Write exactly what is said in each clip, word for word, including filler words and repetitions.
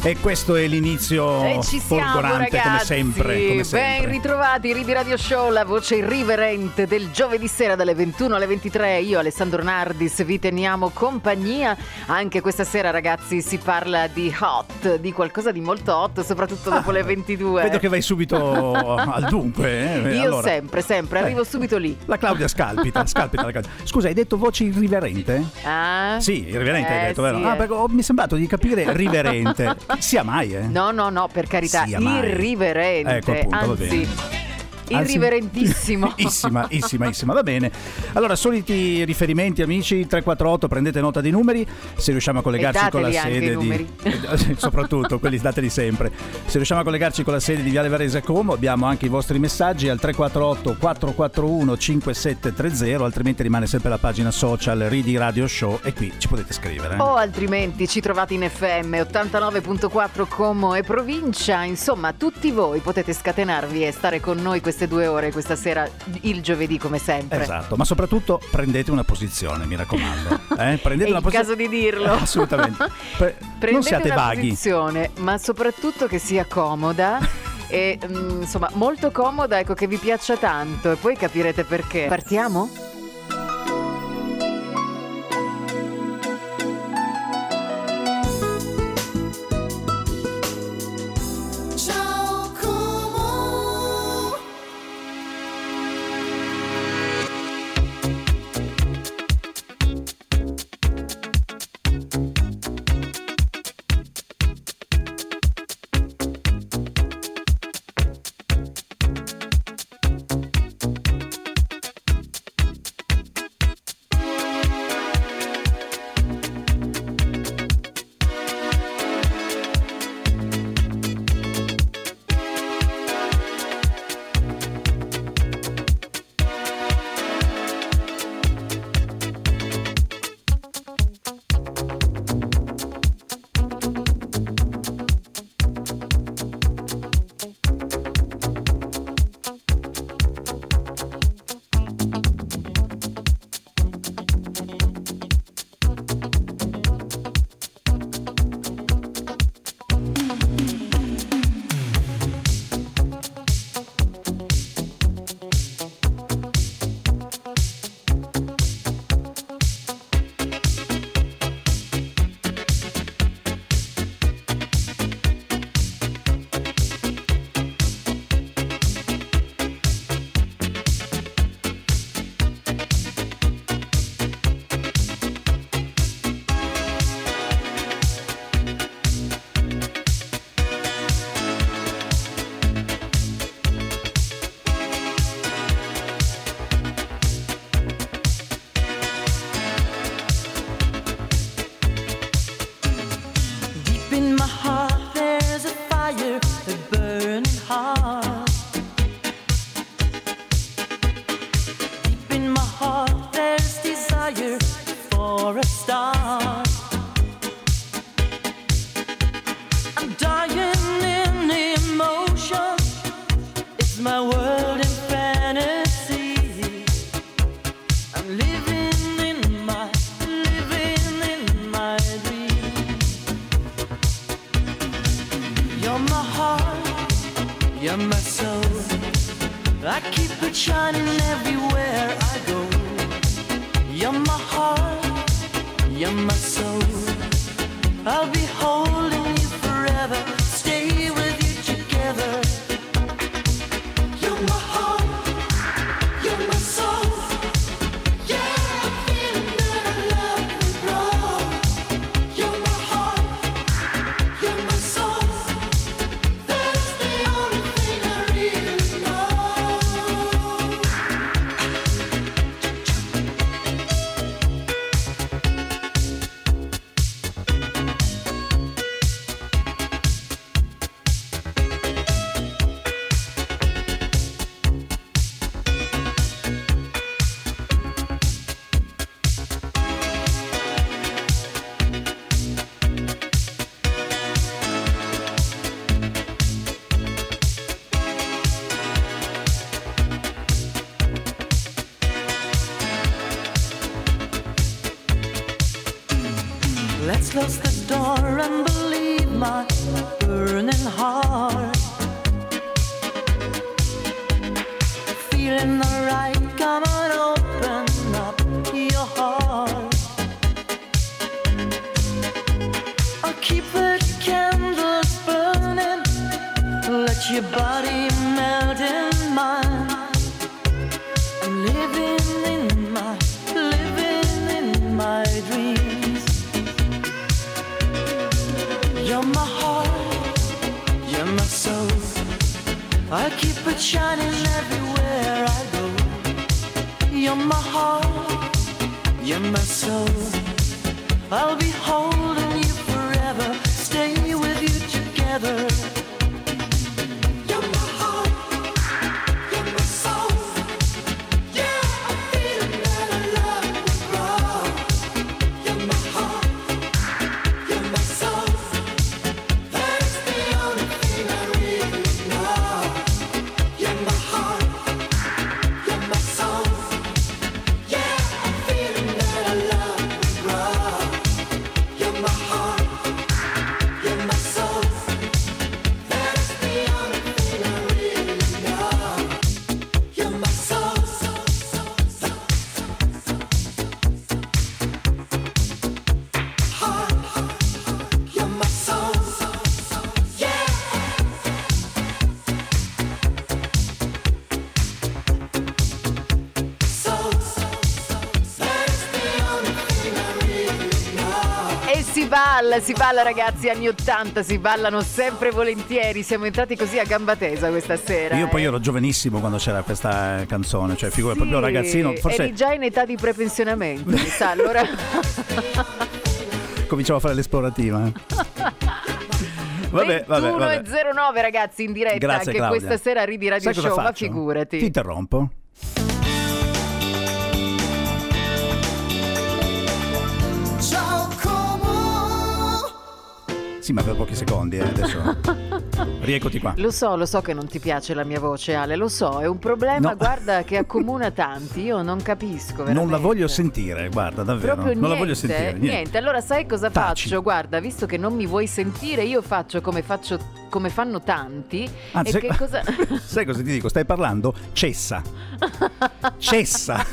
E questo è l'inizio e ci siamo, folgorante, ragazzi. come sempre, come sempre. Ben ritrovati, Ridi Radio Show, la voce irriverente del giovedì sera dalle ventuno alle ventitré. Io, Alessandro Nardis, vi teniamo compagnia. Anche questa sera, ragazzi, si parla di hot, di qualcosa di molto hot, soprattutto dopo ah, le ventidue. Vedo che vai subito al dunque. Eh? Io allora. sempre, sempre, eh. arrivo subito lì. La Claudia scalpita, scalpita la Claudia. Scusa, hai detto voce irriverente? Ah? Sì, irriverente eh, hai detto, sì, vero? Eh. Ah, perché mi è sembrato di capire riverente. Sia mai, eh? No, no, no, per carità, irriverente. Ecco, appunto, anzi, va bene. irriverentissimo. Issima, issima, issima, va bene. Allora, soliti riferimenti, amici, tre quattro otto, prendete nota dei numeri, se riusciamo a collegarci con la sede di soprattutto quelli dateli sempre. Se riusciamo a collegarci con la sede di Viale Varese Como, abbiamo anche i vostri messaggi al tre quattro otto quattro quattro uno cinque sette tre zero, altrimenti rimane sempre la pagina social Ridi Radio Show e qui ci potete scrivere. O altrimenti ci trovate in F M ottantanove virgola quattro Como e provincia, insomma, tutti voi potete scatenarvi e stare con noi queste due ore questa sera, il giovedì come sempre. Esatto, ma soprattutto prendete una posizione, mi raccomando. Eh? Prendete È una il posi- caso di dirlo. Eh, assolutamente. Pre- Prendete non siate una vaghi. posizione, ma soprattutto che sia comoda e mh, insomma molto comoda, ecco, che vi piaccia tanto e poi capirete perché. Partiamo? Let's close the door and believe my burning heart. Feeling alright, come on, open up your heart. I'll keep the candles burning, let your body melt in mine. I'm living in my, living in my dreams. You're my heart, you're my soul. I keep it shining everywhere I go. You're my heart, you're my soul. I'll be holding you forever, stay with you together. You're my heart, you're my soul. Yeah, I'm feeling that I love will grow. You're my heart, you're my soul. That's the only thing I really know. You're my heart, you're my soul. Yeah, I'm feeling that I love will grow. You're my heart, you're my soul. That's the only thing I really know. You're my soul. Heart, you're my soul. Yeah. E si balla, si balla ragazzi, anni ottanta, si ballano sempre volentieri. Siamo entrati così a gamba tesa questa sera. Io eh. poi ero giovanissimo quando c'era questa canzone, cioè figura, Sì, proprio ragazzino, forse eri già in età di prepensionamento, mi sa, allora. cominciavo a fare l'esplorativa. Vabbè, vabbè, ventuno vabbè. e zero nove ragazzi in diretta. Grazie, anche Claudia. questa sera ridi Radio Sai cosa Show, ma faccio? figurati. Ti interrompo. Sì, ma per pochi secondi, eh, adesso rieccoti qua. Lo so, lo so che non ti piace la mia voce, Ale, lo so, è un problema, No. guarda, che accomuna tanti, io non capisco veramente. Non la voglio sentire, guarda, davvero. Proprio non niente, la voglio sentire. Niente. niente. Allora sai cosa Taci. faccio? Guarda, visto che non mi vuoi sentire, io faccio come faccio come fanno tanti. Anzi, e che cosa sai cosa ti dico? Stai parlando? Cessa. Cessa.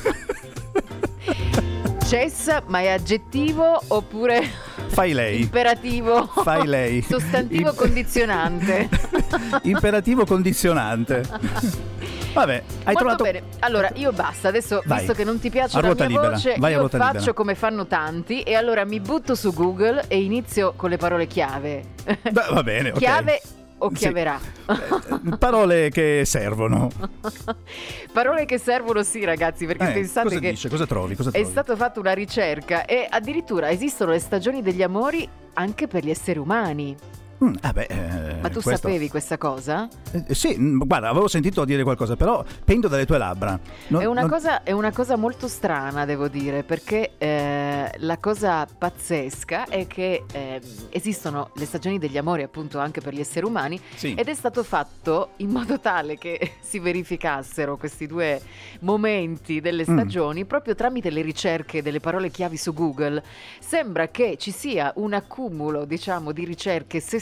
Cessa, ma è aggettivo oppure Fai lei. imperativo? Fai lei. Sostantivo Im- condizionante. Imperativo condizionante. Vabbè, hai Molto trovato. bene. Allora, io basta, adesso Vai. visto che non ti piace A la ruota mia libera. voce, Vai a io ruota faccio libera. come fanno tanti e allora mi butto su Google e inizio con le parole chiave. Beh, va bene, ok. Chiave o Sì. chiaverà? Eh, Parole che servono. Parole che servono, sì, ragazzi, perché Eh, pensate cosa che dice? Cosa trovi? Cosa è trovi? stata fatta una ricerca e addirittura esistono le stagioni degli amori anche per gli esseri umani. Mm, ah beh, eh, Ma tu questo- sapevi questa cosa? Eh, sì, mm, guarda, avevo sentito dire qualcosa, però pendo dalle tue labbra. Non- È una, non- cosa, è una cosa molto strana, devo dire, perché eh, la cosa pazzesca è che eh, esistono le stagioni degli amori appunto anche per gli esseri umani Sì. ed è stato fatto in modo tale che si verificassero questi due momenti delle Mm. stagioni proprio tramite le ricerche delle parole chiavi su Google. Sembra che ci sia un accumulo, diciamo, di ricerche sessuali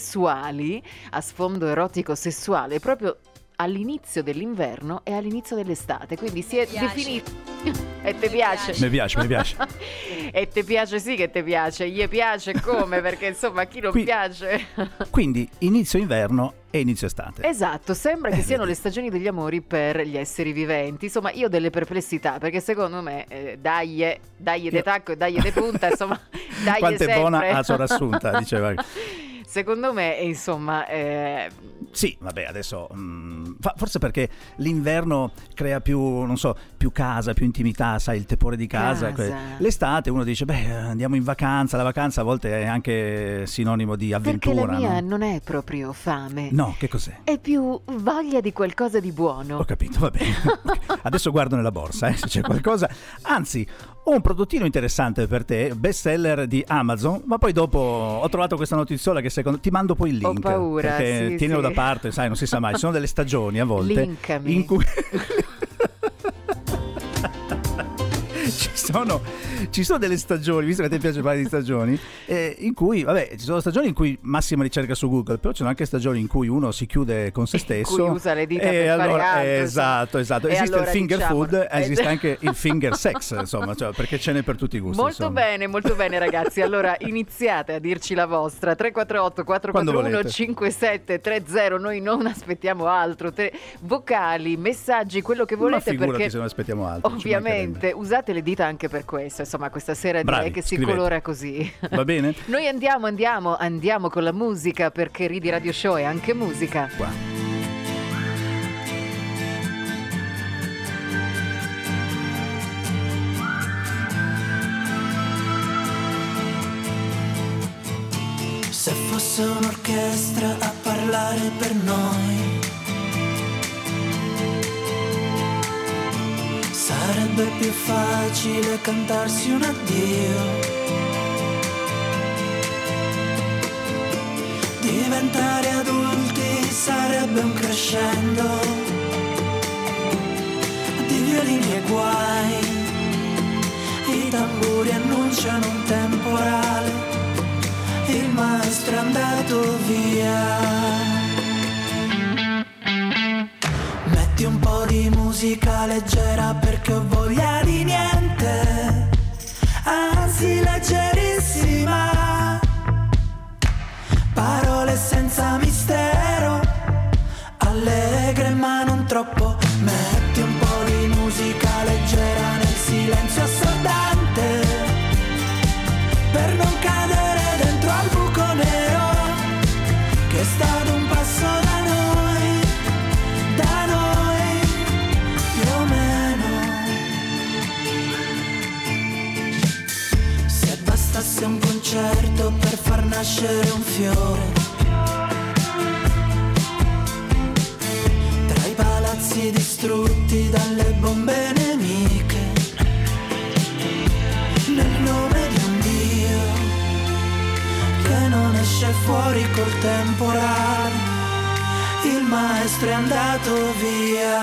a sfondo erotico sessuale proprio all'inizio dell'inverno e all'inizio dell'estate, quindi si è definito. E ti piace? Mi piace, mi piace. E ti piace, sì che ti piace, gli piace come? Perché insomma a chi non Qui- piace? Quindi inizio inverno e inizio estate. Esatto, sembra che Eh, siano vedi. le stagioni degli amori per gli esseri viventi. Insomma, io ho delle perplessità, perché secondo me eh, dagli, dagli de Io- tacco e dagli de punta, insomma, dagli Quanto è sempre. buona a sua assunta, diceva. Secondo me, insomma, eh, Sì, vabbè, adesso mm, fa- forse perché l'inverno crea più, non so, più casa, più intimità, sai, il tepore di casa. Casa. que- L'estate uno dice, beh, andiamo in vacanza, la vacanza a volte è anche sinonimo di perché avventura, la mia no? non è proprio fame. No, che cos'è? È più voglia di qualcosa di buono. Ho capito, va bene. Ok. Adesso guardo nella borsa, eh, se c'è qualcosa. Anzi, ho un prodottino interessante per te, bestseller di Amazon, ma poi dopo ho trovato questa notiziola che secondo ti mando poi il Ho link. paura, perché sì, tienilo sì. da parte, sai, non si sa mai. Ci sono delle stagioni a volte Linkami. in cui ci sono, ci sono delle stagioni, visto che a te piace parlare di stagioni, eh, in cui, vabbè, ci sono stagioni in cui massima ricerca su Google, però ci sono anche stagioni in cui uno si chiude con se stesso. In cui usa le dita e per allora, fare altro. Esatto, esatto. E Esiste allora, il finger diciamo, food, esiste anche il finger sex, insomma, cioè, perché ce n'è per tutti i gusti. Molto insomma. bene, molto bene ragazzi. Allora iniziate a dirci la vostra. Tre quattro otto quattro quattro uno cinque sette tre zero. Noi non aspettiamo altro. Te- vocali, messaggi, quello che volete. Ma perché se non aspettiamo altro. ovviamente usate le dita anche per questo. Insomma, questa sera Bravi, direi che si scrivete. colora così. Va bene? Noi andiamo, andiamo, andiamo con la musica, perché Ridi Radio Show è anche musica. Qua. Se fosse un'orchestra a parlare per noi, sarebbe più facile cantarsi un addio. Diventare adulti sarebbe un crescendo di violini e guai. I tamburi annunciano un temporale. Il maestro è andato via. Metti un po' di musica leggera perché ho voglia di niente, anzi leggerissima. Parole senza mistero, allegre ma non troppo. Metti un po' di musica leggera nel silenzio assordante, per non cadere dentro al buco nero che sta ad un passo da noi, da noi più o meno. Se bastasse un concerto per far nascere un fiore, tra i palazzi distrutti dalle bombe nemiche, nel nome di un Dio che non esce fuori col temporale, il maestro è andato via.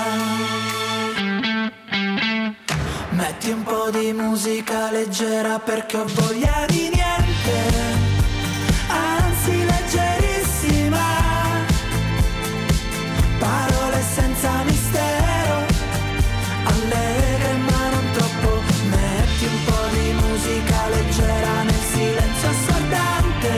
Metti un po' di musica leggera perché ho voglia di niente, anzi leggerissima. Parole senza mistero, allegre ma non troppo. Metti un po' di musica leggera nel silenzio assordante,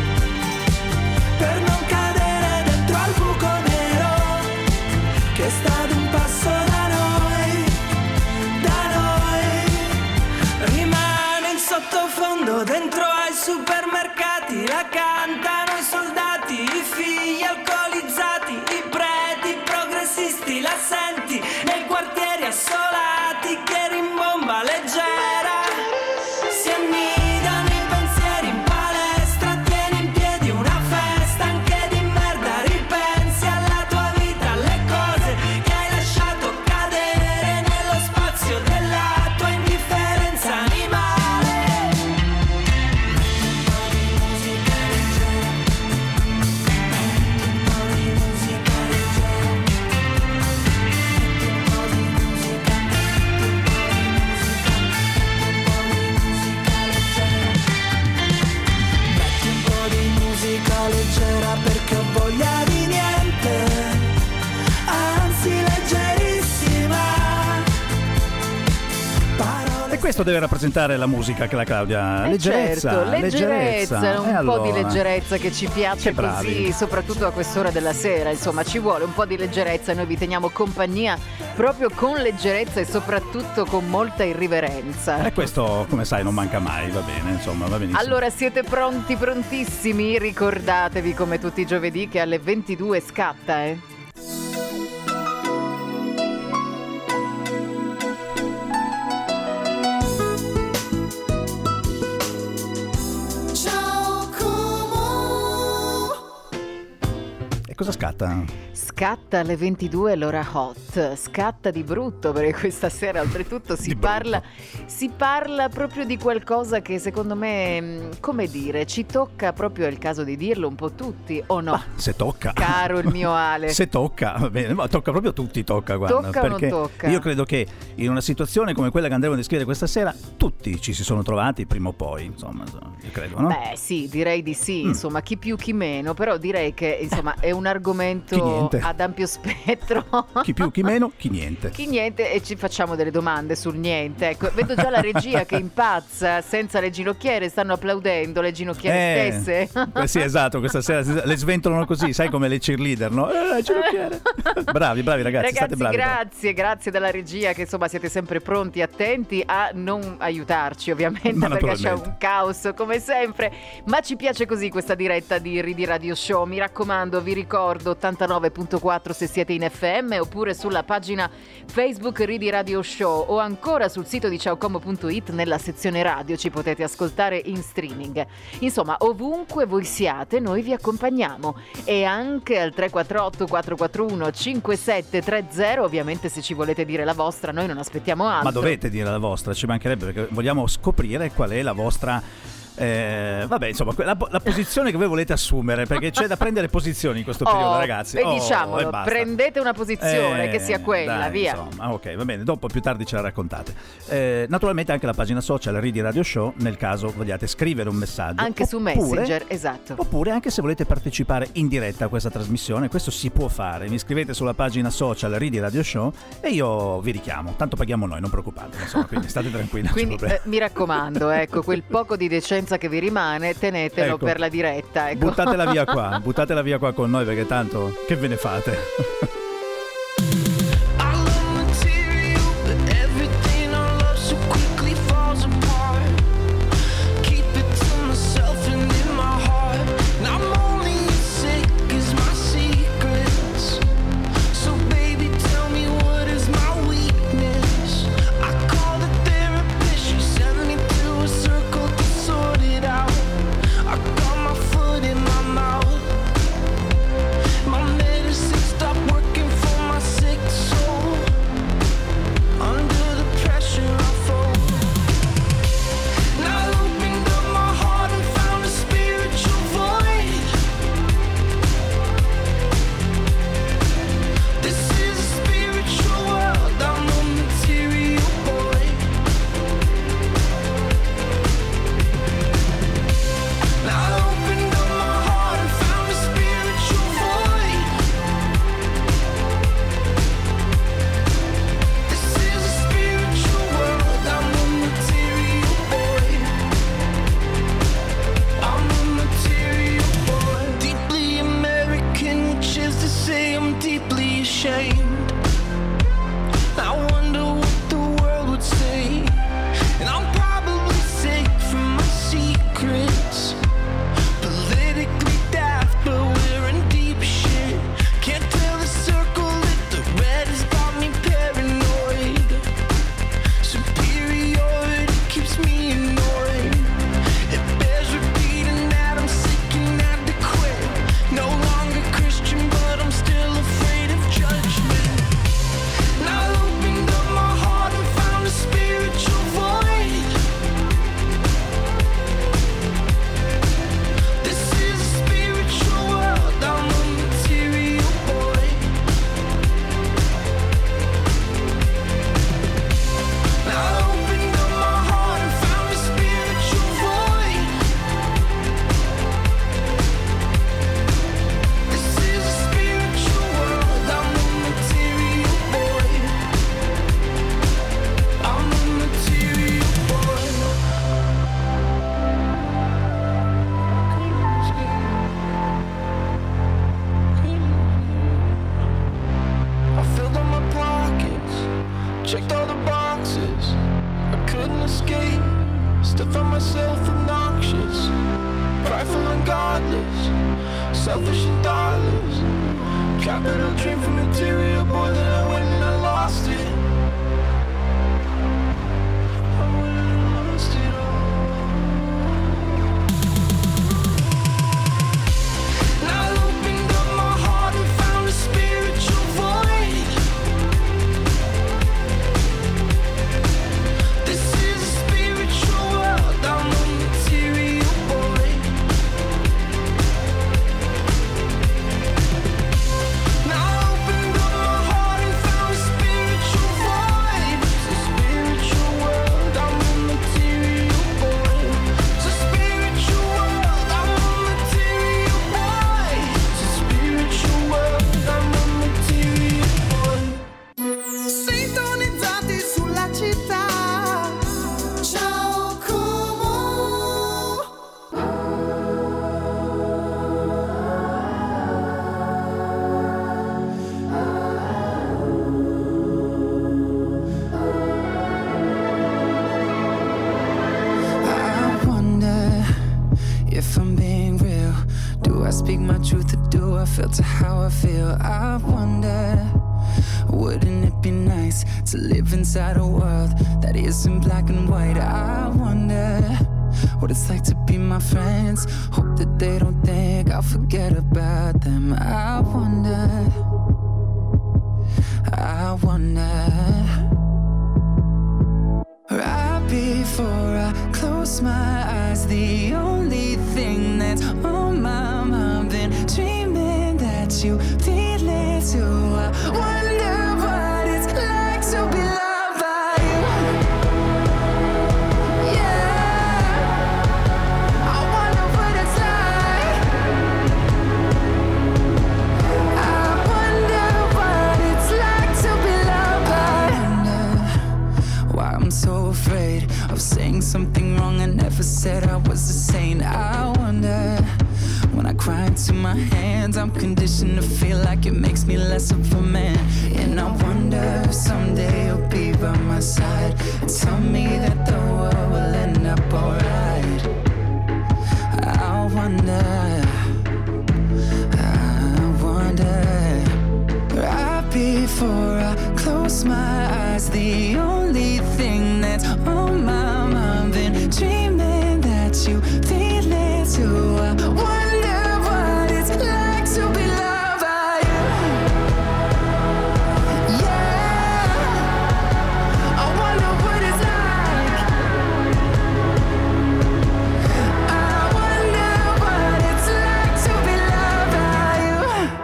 per non cadere dentro al buco nero che sta ad un passo da noi, da noi. Rimane in sottofondo dentro ai supermercati, la cantano i soldati, i figli alcolizzati, i preti progressisti, la senti nei quartieri assolati che rimbomba leggera. Si annidano i pensieri in palestra, tieni in piedi una festa anche di merda. Ripensi alla tua vita, alle cose che hai lasciato cadere nello spazio della tua indifferenza animale. Metti un po' di musica leggera, metti un po' di musica leggera, metti un po' di musica, metti un po' di musica, metti un po' di musica leggera perché ho voglia di niente, anzi leggerissima. Parole E questo deve rappresentare la musica che la Claudia. Eh Leggerezza, certo, leggerezza, un E po' allora? di leggerezza che ci piace Che bravi. così, soprattutto a quest'ora della sera, insomma ci vuole un po' di leggerezza e noi vi teniamo compagnia proprio con leggerezza e soprattutto con molta irriverenza. E questo, come sai, non manca mai, va bene, insomma, va benissimo. Allora siete pronti, prontissimi? Ricordatevi come tutti i giovedì che alle ventidue scatta, eh? Ciao, come E cosa scatta? scatta? Scatta alle ventidue l'ora hot, scatta di brutto perché questa sera oltretutto si parla, si parla proprio di qualcosa che secondo me, come dire, ci tocca, proprio è il caso di dirlo, un po' tutti, o no? Ma se tocca. Caro il mio Ale. Se tocca, va bene, ma tocca proprio a tutti, tocca, guarda. Tocca o perché non tocca? Io credo che in una situazione come quella che andremo a descrivere questa sera, tutti ci si sono trovati prima o poi, insomma, io credo, no? Beh sì, direi di sì, mm. insomma, chi più chi meno, però direi che insomma è un argomento ad ampio spettro. Chi più, chi meno, chi niente. Chi niente, e ci facciamo delle domande sul niente. Ecco, vedo già la regia che impazza senza le ginocchiere, stanno applaudendo le ginocchiere eh, stesse. Eh sì, esatto, questa sera le sventolano così, sai come le cheerleader, no? Eh, ginocchiere. Bravi, bravi ragazzi, ragazzi state bravi. Grazie, grazie dalla regia che insomma siete sempre pronti, attenti a non aiutarci ovviamente, ma perché c'è un caos come sempre, ma ci piace così questa diretta di Ridi Radio Show. Mi raccomando, vi ricordo ottantanove virgola quattro se siete in F M, oppure sulla pagina Facebook Ridi Radio Show, o ancora sul sito di ciaocommo punto it nella sezione radio ci potete ascoltare in streaming. Insomma, ovunque voi siate noi vi accompagniamo, e anche al tre quattro otto quattro quattro uno cinque sette tre zero, ovviamente se ci volete dire la vostra noi non aspettiamo altro. Ma dovete dire la vostra, ci mancherebbe, perché vogliamo scoprire qual è la vostra Eh, vabbè, insomma, la, la posizione che voi volete assumere, perché c'è da prendere posizioni in questo oh, periodo, ragazzi. E oh, diciamolo, e prendete una posizione eh, che sia quella, dai, via. Insomma, ok, va bene, dopo più tardi ce la raccontate. Eh, naturalmente anche la pagina social Ridi Radio Show, nel caso vogliate scrivere un messaggio. Anche oppure, su Messenger, esatto. Oppure anche se volete partecipare in diretta a questa trasmissione, questo si può fare. Mi scrivete sulla pagina social Ridi Radio Show e io vi richiamo. Tanto paghiamo noi, non preoccupate, insomma, quindi state tranquilli. Quindi eh, mi raccomando, ecco, quel poco di decenza che vi rimane tenetelo, ecco, per la diretta, ecco. Buttatela via qua, buttatela via qua con noi, perché tanto che ve ne fate? speak my truth or do I filter how I feel? I wonder, wouldn't it be nice to live inside a world that isn't black and white? I wonder what it's like to be my friends. Hope that they don't think I'll forget about them. I wonder, I wonder. Right before I close my eyes, the only thing that's on my mind, been dreaming that you feel it too. I wonder what it's like to be loved by you. Yeah, I wonder what it's like. I wonder what it's like to be loved by you. I wonder why I'm so afraid of saying something wrong I never said I was a saint. I wonder, when I cry into my hands, I'm conditioned to feel like it makes me less of a man. And I wonder if someday you'll be by my side and tell me that the world will end up alright. I wonder, I wonder. Right before I close my eyes, the only thing that's on my mind, been dreaming that you feel it too. I wonder what it's like to be loved by you. Yeah, I wonder what it's like. I wonder what it's like to be loved by you.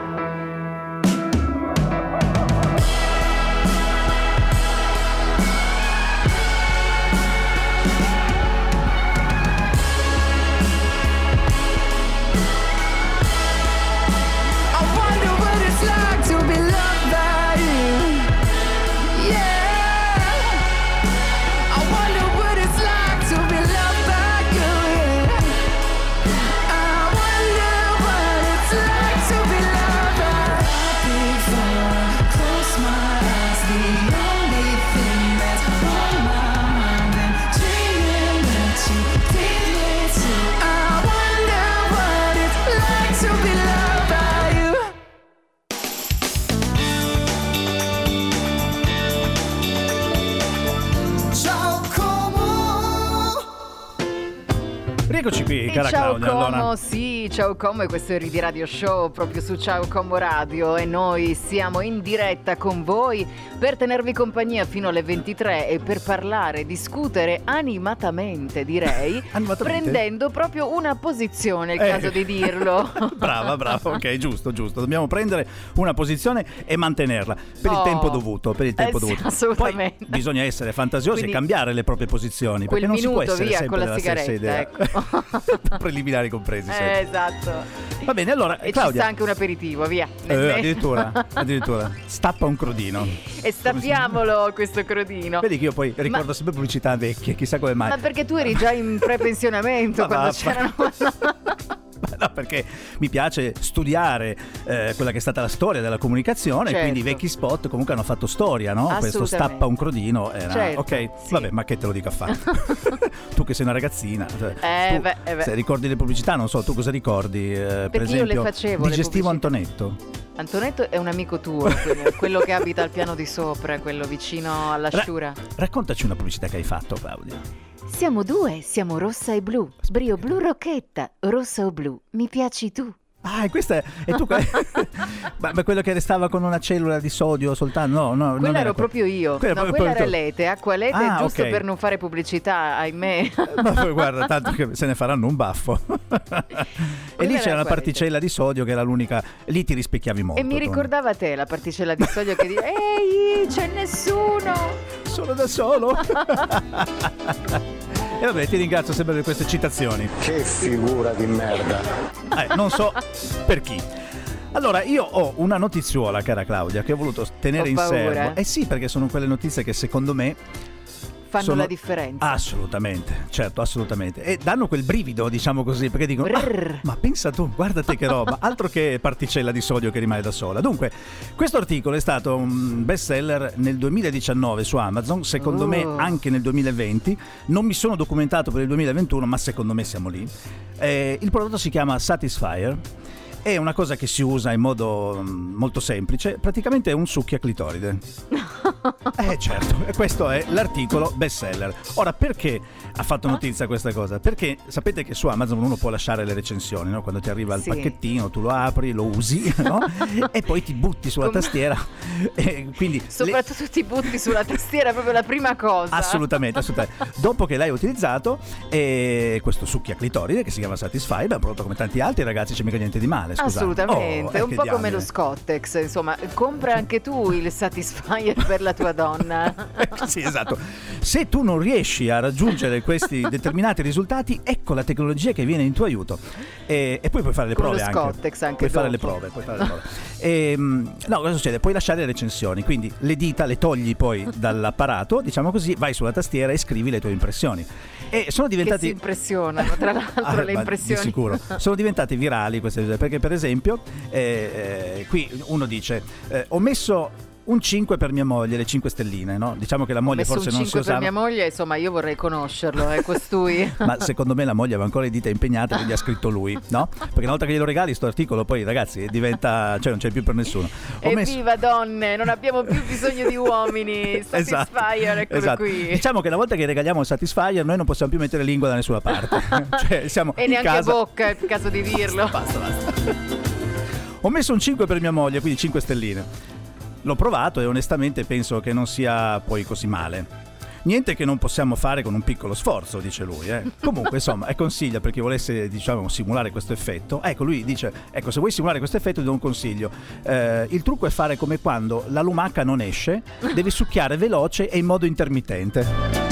I wonder what it's like to be loved by you. Yeah, I wonder what it's like to be loved by you. Yeah, I wonder what it's like to be loved by you. Before I close my eyes, the only thing that's on my mind, and dreaming that you feel it too. I wonder what it's like to be loved by you. Ciao Como. Rieccoci qui, E cara ciao Claudia. Como, Allora, sì, ciao Como, e questo è il Ridi Radio Show proprio su Ciao Como Radio e noi siamo in diretta con voi per tenervi compagnia fino alle ventitré e per parlare, discutere animatamente, direi, Animatamente? prendendo proprio una posizione, è il Eh. caso di dirlo. brava, brava, ok, giusto, giusto. Dobbiamo prendere una posizione e mantenerla per il Oh. tempo dovuto, per il tempo Eh sì, dovuto. assolutamente. Poi bisogna essere fantasiosi Quindi e cambiare le proprie posizioni, quel perché non si può minuto essere via sempre con la della stessa sigaretta, idea. ecco. Preliminari compresi Eh, sempre. esatto. Va bene, allora E ci Claudia. sta anche un aperitivo, via. Eh, addirittura, addirittura. Stappa un crodino. E stappiamolo questo crodino. Vedi che io poi ricordo sempre pubblicità vecchie, chissà come mai. Ma perché tu eri già in prepensionamento Ma quando vaffa. c'erano. No, perché mi piace studiare eh, quella che è stata la storia della comunicazione, Certo. quindi i vecchi spot comunque hanno fatto storia, no? Questo Assolutamente. stappa un crodino era, Certo, ok, sì. vabbè, ma che te lo dico a fare? Tu che sei una ragazzina, cioè, Eh, tu, beh, eh beh. se ricordi le pubblicità, non so, tu cosa ricordi? Eh, per Perché io le esempio, facevo, le Digestivo pubblicità. Antonetto. Antonetto è un amico tuo, quello, quello che abita al piano di sopra, quello vicino alla Ra- Sciura. Raccontaci una pubblicità che hai fatto, Claudia. Siamo due, siamo rossa e blu. Brio blu rocchetta, rossa o blu, mi piaci tu. Ah, e questa è, e tu ma, ma quello che restava con una cellula di sodio soltanto? No, no, non Quella era ero que- proprio io. Quella no, proprio- quella era proprio- Lete, Acqualete, Ah, giusto ok. per non fare pubblicità, ahimè. Ma poi guarda, tanto che se ne faranno un baffo. E lì era c'era una quella, particella di sodio che era l'unica. Lì ti rispecchiavi molto. E mi tu. ricordava te la particella di sodio che dice ehi, c'è nessuno. Sono da solo. E vabbè, ti ringrazio sempre per queste citazioni. Che figura di merda. Eh, non so per chi. Allora, io ho una notiziuola, cara Claudia, che ho voluto tenere Ho in paura. serbo. Eh sì, perché sono quelle notizie che secondo me Fanno sono- la differenza. Assolutamente, certo, assolutamente. E danno quel brivido, diciamo così, perché dicono, Brrr. "Ah, ma pensa tu, guardate che roba, altro che particella di sodio che rimane da sola. Dunque, questo articolo è stato un bestseller nel duemiladiciannove su Amazon, secondo Oh. me anche nel duemilaventi. Non mi sono documentato per il duemilaventuno, ma secondo me siamo lì. Eh, il prodotto si chiama Satisfyer. è una cosa che si usa in modo molto semplice, praticamente è un succhia clitoride. Eh certo, e questo è l'articolo bestseller. Ora, perché ha fatto notizia questa cosa? Perché sapete che su Amazon uno può lasciare le recensioni, no? Quando ti arriva il sì. pacchettino, tu lo apri, lo usi, no? E poi ti butti sulla Com- tastiera. E quindi soprattutto le... ti butti sulla tastiera, proprio la prima cosa. Assolutamente, assolutamente. Dopo che l'hai utilizzato, eh, questo succhia clitoride che si chiama Satisfyer, è un prodotto come tanti altri, ragazzi, c'è mica niente di male. Scusate. Assolutamente, oh, un po' diamine. Come lo Scottex, insomma, compra anche tu il Satisfyer per la tua donna. Sì, esatto. Se tu non riesci a raggiungere questi determinati risultati, ecco la tecnologia che viene in tuo aiuto. E, e poi puoi fare le Con prove lo anche. Scottex anche puoi dopo. fare le prove, puoi fare le prove. E, no, cosa succede? Puoi lasciare le recensioni, quindi le dita le togli poi dall'apparato, diciamo così, vai sulla tastiera e scrivi le tue impressioni. E sono diventati che si impressionano, tra l'altro, ah, le impressioni. Di sicuro. Sono diventate virali queste, perché per esempio eh, eh, qui uno dice eh, ho messo un cinque per mia moglie, le cinque stelline, no? Diciamo che la moglie forse non si usava. un cinque per mia moglie, insomma, io vorrei conoscerlo, è eh, costui. Ma secondo me la moglie aveva ancora le dita impegnate, quindi ha scritto lui, no? Perché una volta che glielo regali sto articolo, poi ragazzi diventa, cioè non c'è più per nessuno. Ho Evviva messo... donne, non abbiamo più bisogno di uomini. Satisfyer, eccolo esatto. qui. Diciamo che una volta che regaliamo il Satisfyer noi non possiamo più mettere lingua da nessuna parte. Cioè, siamo e in neanche casa... bocca, è il caso di dirlo. Basta, basta. Ho messo un cinque per mia moglie, quindi cinque stelline. L'ho provato e onestamente penso che non sia poi così male. Niente che non possiamo fare con un piccolo sforzo, dice lui. Eh. Comunque, insomma, è consiglio per chi volesse, diciamo, simulare questo effetto. Ecco, lui dice, ecco, se vuoi simulare questo effetto ti do un consiglio. Eh, il trucco è fare come quando la lumaca non esce, devi succhiare veloce e in modo intermittente.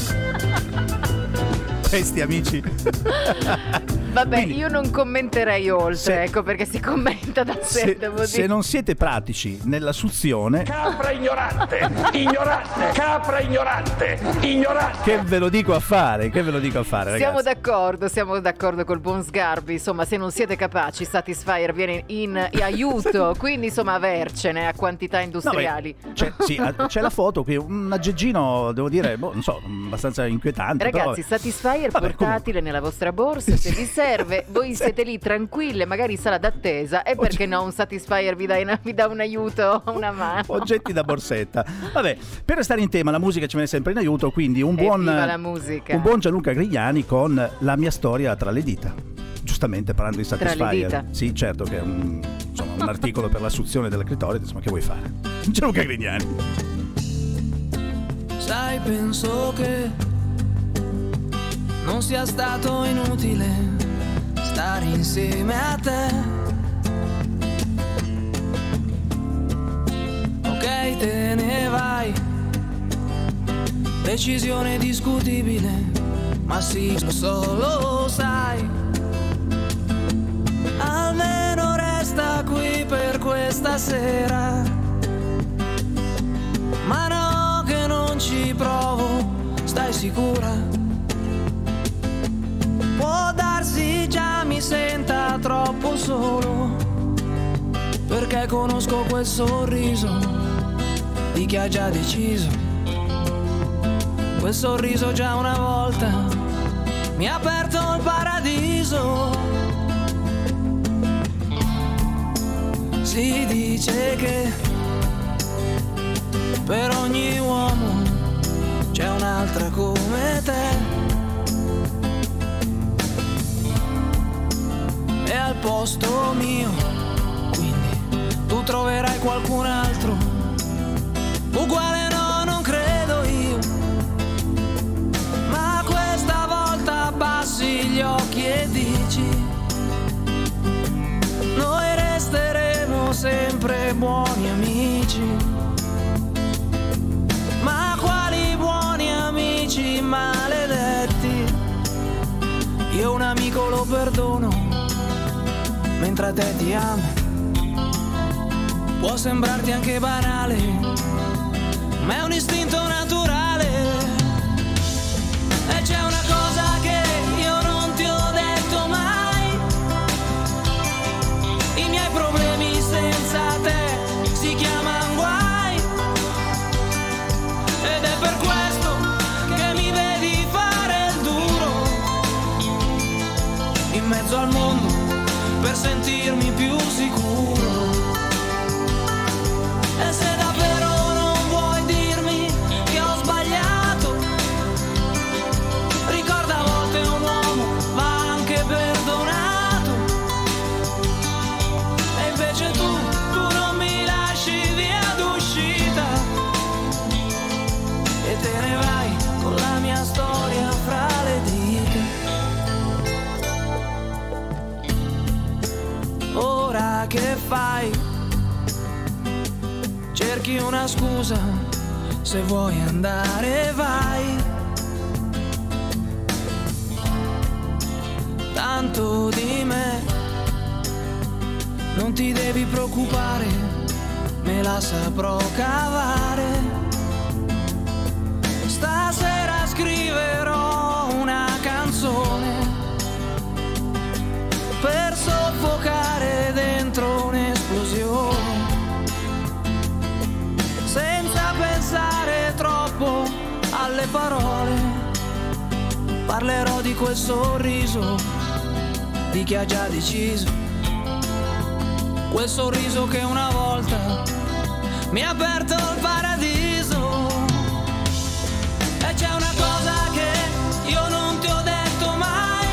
Questi amici. Vabbè, Quindi, io non commenterei oltre, se, ecco, perché si commenta da sé, se, devo dire. Se non siete pratici nella suzione, capra ignorante, ignorante, capra ignorante, ignorante. Che ve lo dico a fare, che ve lo dico a fare, ragazzi. Siamo d'accordo, siamo d'accordo col buon Sgarbi, insomma, se non siete capaci, Satisfyer viene in, in aiuto, quindi insomma avercene a quantità industriali. No, beh, c'è, sì, c'è la foto qui, un aggeggino, devo dire, boh, non so, abbastanza inquietante. Ragazzi, però, Satisfyer vabbè, portatile comunque nella vostra borsa, se vi serve, voi siete lì tranquille, magari in sala d'attesa, e perché Ogge- no, un Satisfyer vi dà, in, vi dà un aiuto, una mano. Oggetti da borsetta. Vabbè, per restare in tema, la musica ci viene sempre in aiuto, quindi un buon, la musica. un buon Gianluca Grigliani con La mia storia tra le dita. Giustamente parlando di Satisfyer. Tra le dita. Sì, certo che è un, insomma, un articolo per la suzione della clitoride, insomma, che vuoi fare? Gianluca Grigliani. Sai, penso che non sia stato inutile stare insieme a te. Ok, te ne vai, decisione discutibile, ma sì, lo so, lo sai. Almeno resta qui per questa sera. Ma no, che non ci provo, stai sicura? Può darsi già mi senta troppo solo, perché conosco quel sorriso di chi ha già deciso. Quel sorriso già una volta mi ha aperto il paradiso. Si dice che per ogni uomo c'è un'altra come te. E al posto mio, quindi tu troverai qualcun altro uguale, no, non credo io. Ma questa volta abbassi gli occhi e dici: noi resteremo sempre buoni amici. Ma quali buoni amici maledetti? Io un amico lo perdono, mentre a te ti amo. Può sembrarti anche banale, ma è un istinto naturale. E c'è una cosa che io non ti ho detto mai: i miei problemi senza te si chiamano guai. Ed è per questo che mi vedi fare il duro in mezzo al mondo, per sentirmi più sicuro. E se davvero non vuoi dirmi che ho sbagliato, ricorda a volte un uomo va anche perdonato. E invece tu, tu non mi lasci via d'uscita e te ne vai con la mia storia fra le dita. Ora che fai? Cerchi una scusa, se vuoi andare vai. Tanto di me non ti devi preoccupare, me la saprò cavare. Stasera scriverò una canzone per soffocare dentro un'esplosione, senza pensare troppo alle parole. Parlerò di quel sorriso di chi ha già deciso, quel sorriso che una volta mi ha aperto il paradiso. E c'è una cosa che io non ti ho detto mai: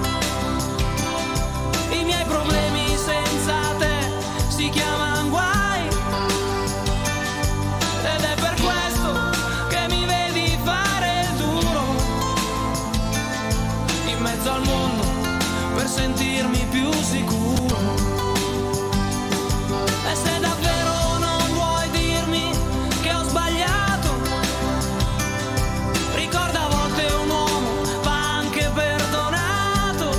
i miei problemi senza te si chiamano guai. Ed è per questo che mi vedi fare il duro in mezzo al mondo per sentirmi più sicuro. E se davvero non vuoi dirmi che ho sbagliato, ricorda a volte un uomo va anche perdonato.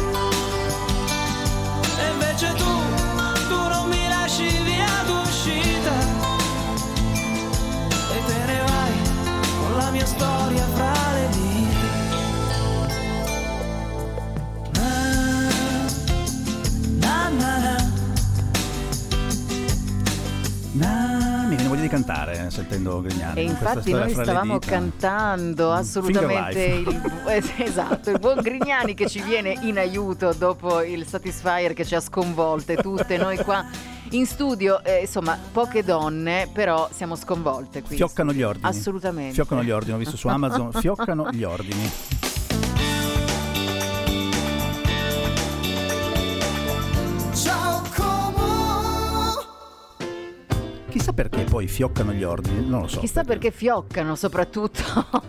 E invece tu, tu non mi lasci via d'uscita e te ne vai con la mia storia fra le dita. Na, na, na. Na, mi viene voglia di cantare eh, sentendo Grignani. E infatti noi stavamo cantando assolutamente il, esatto, il buon Grignani che ci viene in aiuto dopo il Satisfyer che ci ha sconvolte tutte noi qua in studio. Eh, insomma, poche donne, però siamo sconvolte qui. Fioccano gli ordini. Assolutamente. Fioccano gli ordini, ho visto su Amazon, fioccano gli ordini. Chissà perché poi fioccano gli ordini, non lo so. Chissà perché, perché fioccano soprattutto.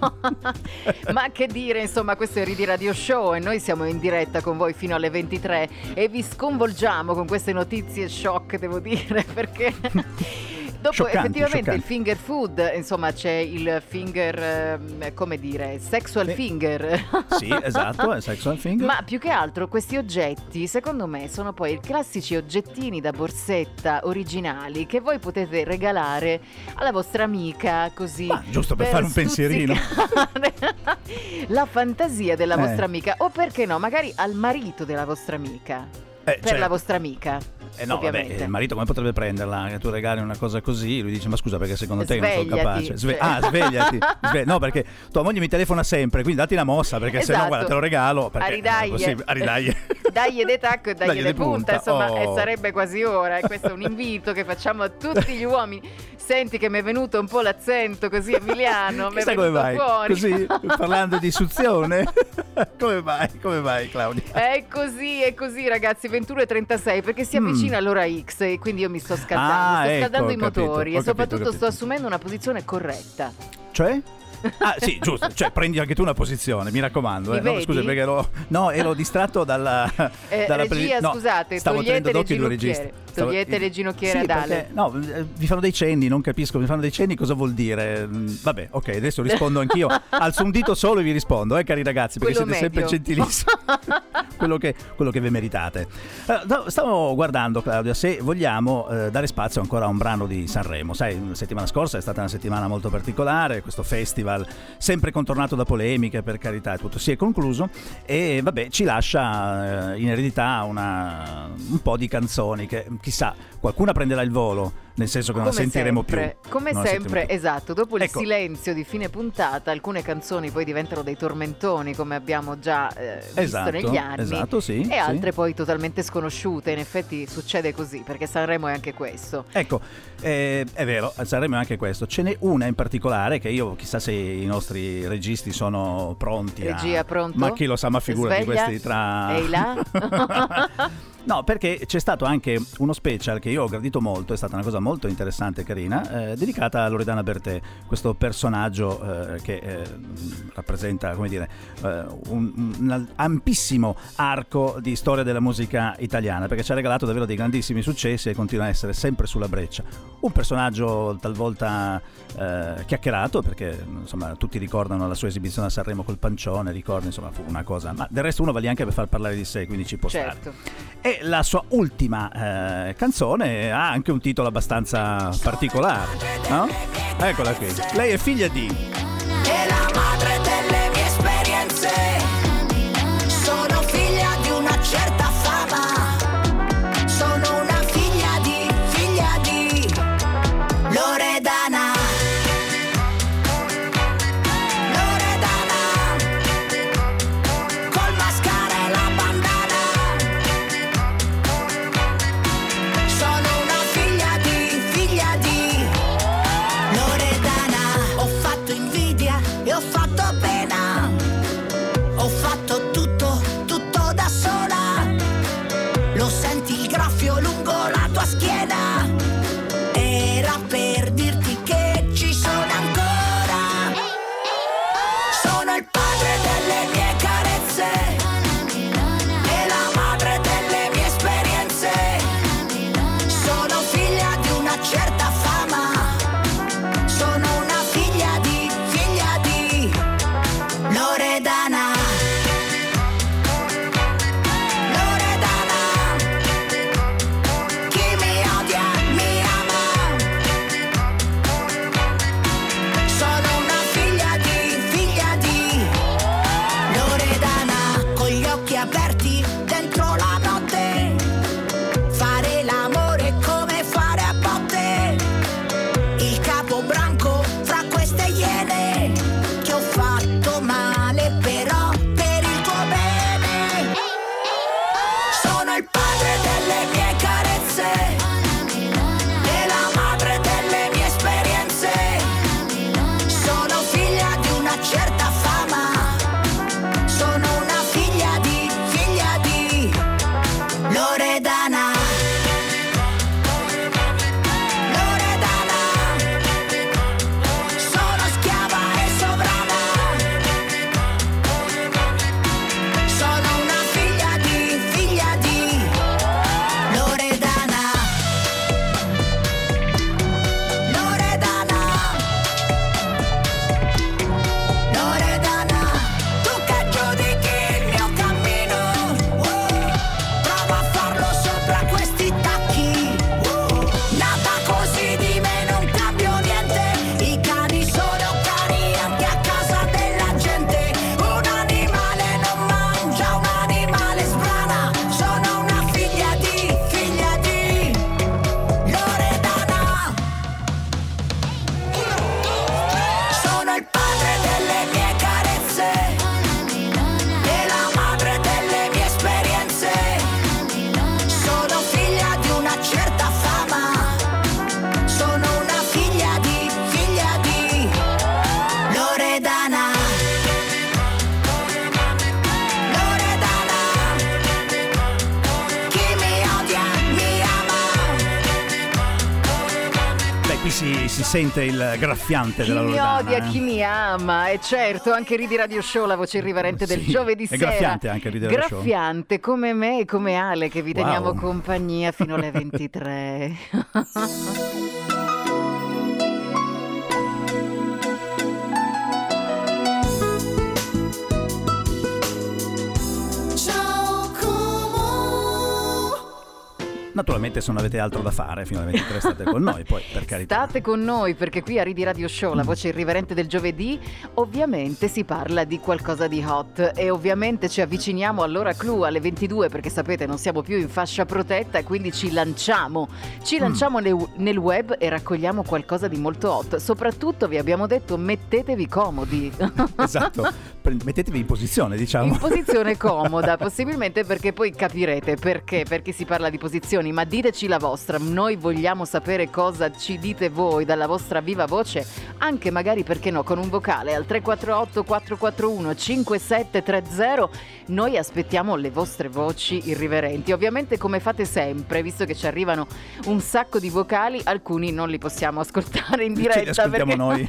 Ma che dire, insomma, questo è Ridi Radio Show e noi siamo in diretta con voi fino alle ventitré e vi sconvolgiamo con queste notizie shock, devo dire, perché dopo scioccanti, effettivamente scioccanti. Il finger food, insomma c'è il finger, eh, come dire, sexual sì. finger. Sì, esatto, è sexual finger. Ma più che altro questi oggetti, secondo me, sono poi i classici oggettini da borsetta originali che voi potete regalare alla vostra amica, così. Ah, giusto per, per fare un pensierino. La fantasia della eh. vostra amica, o perché no, magari al marito della vostra amica. Eh, per certo. la vostra amica. Eh no, ovviamente. vabbè, il marito come potrebbe prenderla? Che tu regali una cosa così, lui dice: ma scusa, perché secondo te Svegliati. non sono capace? Sve- ah, svegliati. Sve- no, perché tua moglie mi telefona sempre, quindi datti una mossa, perché Esatto. se no, guarda, te lo regalo. Perché Aridaglie. Aridaglie. Dagli de tacco e dagli, Dagli de de punta, punta. insomma, Oh. e sarebbe quasi ora. E questo è un invito che facciamo a tutti gli uomini. Senti che mi è venuto un po' l'accento così emiliano, mi è Chissà come venuto vai, fuori. così, parlando di suzione. Come vai, come vai, Claudia? È così, è così, ragazzi, ventuno e trentasei, perché si avvicina Mm. l'ora X e quindi io mi sto scaldando, Ah, sto ecco, scaldando ho i capito, motori ho e capito, ho soprattutto capito. sto assumendo una posizione corretta. Cioè? Ah sì, giusto, cioè prendi anche tu una posizione, mi raccomando. Mi Eh. No, vedi? scusa, perché ero, no, ero distratto dalla, Eh, dalla regia, no, scusate, stavo togliete tenendo le d'occhio i due ginocchiere. registi. Stavo- Togliete le ginocchiere sì, ad Ale. perché, no, eh, vi fanno dei cenni, non capisco, mi fanno dei cenni, cosa vuol dire? Mm, Vabbè, ok, adesso rispondo anch'io. Alzo un dito solo e vi rispondo, eh, cari ragazzi, perché Quello siete sempre medio. gentilissimi. quello, che, quello che vi meritate. Allora, stavo guardando, Claudia, se vogliamo eh, dare spazio ancora a un brano di Sanremo. Sai, la settimana scorsa è stata una settimana molto particolare, questo festival sempre contornato da polemiche, per carità, tutto si è concluso e vabbè, ci lascia eh, in eredità una, un po' di canzoni che chissà, qualcuna prenderà il volo, nel senso che non la sentiremo sempre, più. Come non sempre, più. esatto, dopo il ecco. silenzio di fine puntata alcune canzoni poi diventano dei tormentoni, come abbiamo già eh, esatto, visto negli anni, esatto, sì, e altre sì. poi totalmente sconosciute. In effetti succede così, perché Sanremo è anche questo. Ecco, eh, è vero, a Sanremo è anche questo. Ce n'è una in particolare che io, chissà se i nostri registi sono pronti. Regia, a... pronto? Ma chi lo sa, ma figurati Sveglia? questi tra... Ehi là? No, perché c'è stato anche uno special che io ho gradito molto, è stata una cosa molto interessante e carina, eh, dedicata a Loredana Bertè, questo personaggio eh, che eh, rappresenta, come dire, eh, un, un ampissimo arco di storia della musica italiana, perché ci ha regalato davvero dei grandissimi successi e continua a essere sempre sulla breccia. Un personaggio talvolta eh, chiacchierato, perché insomma tutti ricordano la sua esibizione a Sanremo col pancione, ricordi, insomma fu una cosa, ma del resto uno va lì anche per far parlare di sé, quindi ci può Certo. stare. E la sua ultima eh, canzone ha anche un titolo abbastanza particolare, no? Eccola qui. Lei è figlia di... È la madre delle mie esperienze. Sono figlia di una certa fama. Sono una figlia di, figlia di Loredana. Si, si sente il graffiante chi della Loredana. Chi mi odia, eh? chi mi ama. E certo, anche Ridi Radio Show, la voce irriverente del sì, giovedì è sera. graffiante anche Ridi Radio Show. Graffiante come me e come Ale, che vi teniamo wow. compagnia fino alle ventitré. Naturalmente se non avete altro da fare fino alle ventitré state con noi, poi per carità. State con noi perché qui a Ridi Radio Show, la voce irriverente del giovedì, ovviamente si parla di qualcosa di hot e ovviamente ci avviciniamo all'ora clou alle ventidue perché sapete non siamo più in fascia protetta e quindi ci lanciamo, ci lanciamo mm. nel, nel web e raccogliamo qualcosa di molto hot. Soprattutto vi abbiamo detto mettetevi comodi. Esatto, mettetevi in posizione, diciamo. In posizione comoda, possibilmente, perché poi capirete perché, perché si parla di posizioni, ma diteci la vostra, noi vogliamo sapere cosa ci dite voi dalla vostra viva voce, anche magari perché no con un vocale al tre quattro otto quattro quattro uno cinque sette tre zero. Noi aspettiamo le vostre voci irriverenti, ovviamente come fate sempre, visto che ci arrivano un sacco di vocali, alcuni non li possiamo ascoltare in diretta perché noi.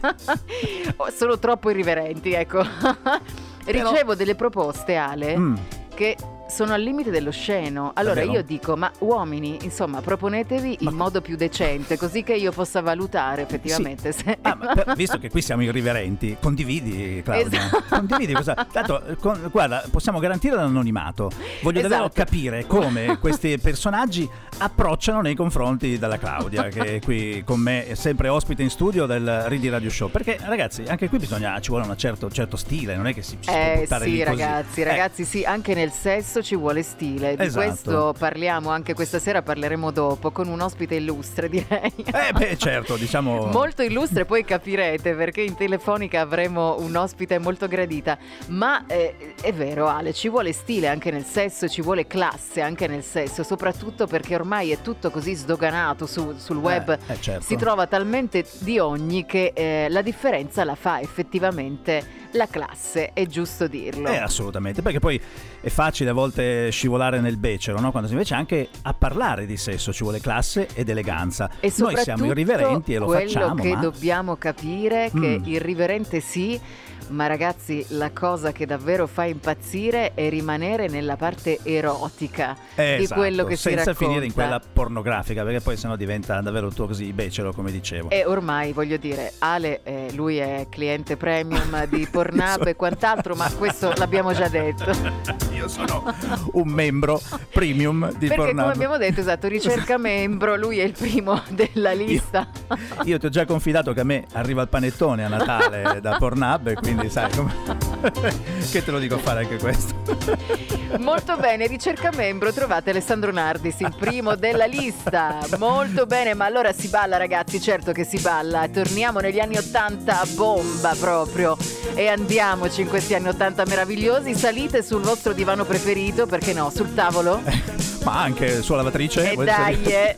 sono troppo irriverenti, ecco. Ricevo Però... delle proposte, Ale, mm. che sono al limite dell'osceno. Allora Davvero? Io dico, ma uomini, insomma, proponetevi ma... in modo più decente, così che io possa valutare effettivamente. Sì. Se... Ah, ma per, visto che qui siamo irriverenti, condividi, Claudia. Esatto. Condividi cosa. Tanto, con, guarda, possiamo garantire l'anonimato. Voglio esatto. davvero capire come questi personaggi approcciano nei confronti della Claudia, che è qui con me, è sempre ospite in studio del Ridi Radio Show. Perché, ragazzi, anche qui bisogna, ci vuole un certo, certo stile, non è che si, si eh, può buttare sì, lì così. ragazzi, eh. ragazzi, sì, anche nel sesso ci vuole stile, di esatto. questo parliamo anche questa sera, parleremo dopo con un ospite illustre, direi. Eh beh certo, diciamo molto illustre, poi capirete perché in telefonica avremo un ospite molto gradita, ma eh, è vero Ale, ci vuole stile anche nel sesso, ci vuole classe anche nel sesso, soprattutto perché ormai è tutto così sdoganato su, sul web, eh, eh, certo. si trova talmente di ogni che eh, la differenza la fa effettivamente la classe, è giusto dirlo. Eh, assolutamente, perché poi è facile a volte scivolare nel becero, no? Quando invece anche a parlare di sesso ci vuole classe ed eleganza. E noi siamo irriverenti e lo facciamo. Quello che ma... dobbiamo capire è che mm. irriverente sì, ma ragazzi la cosa che davvero fa impazzire è rimanere nella parte erotica eh, di esatto, quello che si racconta, senza finire in quella pornografica, perché poi sennò diventa davvero tutto così becero, come dicevo. E ormai voglio dire, Ale eh, lui è cliente premium di Pornhub e quant'altro, ma questo l'abbiamo già detto. Io sono un membro premium di perché Pornhub, come abbiamo detto, esatto, ricerca membro, lui è il primo della lista. Io, io ti ho già confidato che a me arriva il panettone a Natale da Pornhub e quindi sai come... che te lo dico a fare anche questo. Molto bene, ricerca membro, trovate Alessandro Nardis, il primo della lista. Molto bene, ma allora si balla ragazzi, certo che si balla. Torniamo negli anni ottanta a bomba proprio e andiamoci in questi anni ottanta meravigliosi. Salite sul vostro divano preferito, perché no, sul tavolo, ma anche sulla lavatrice. E dai eh.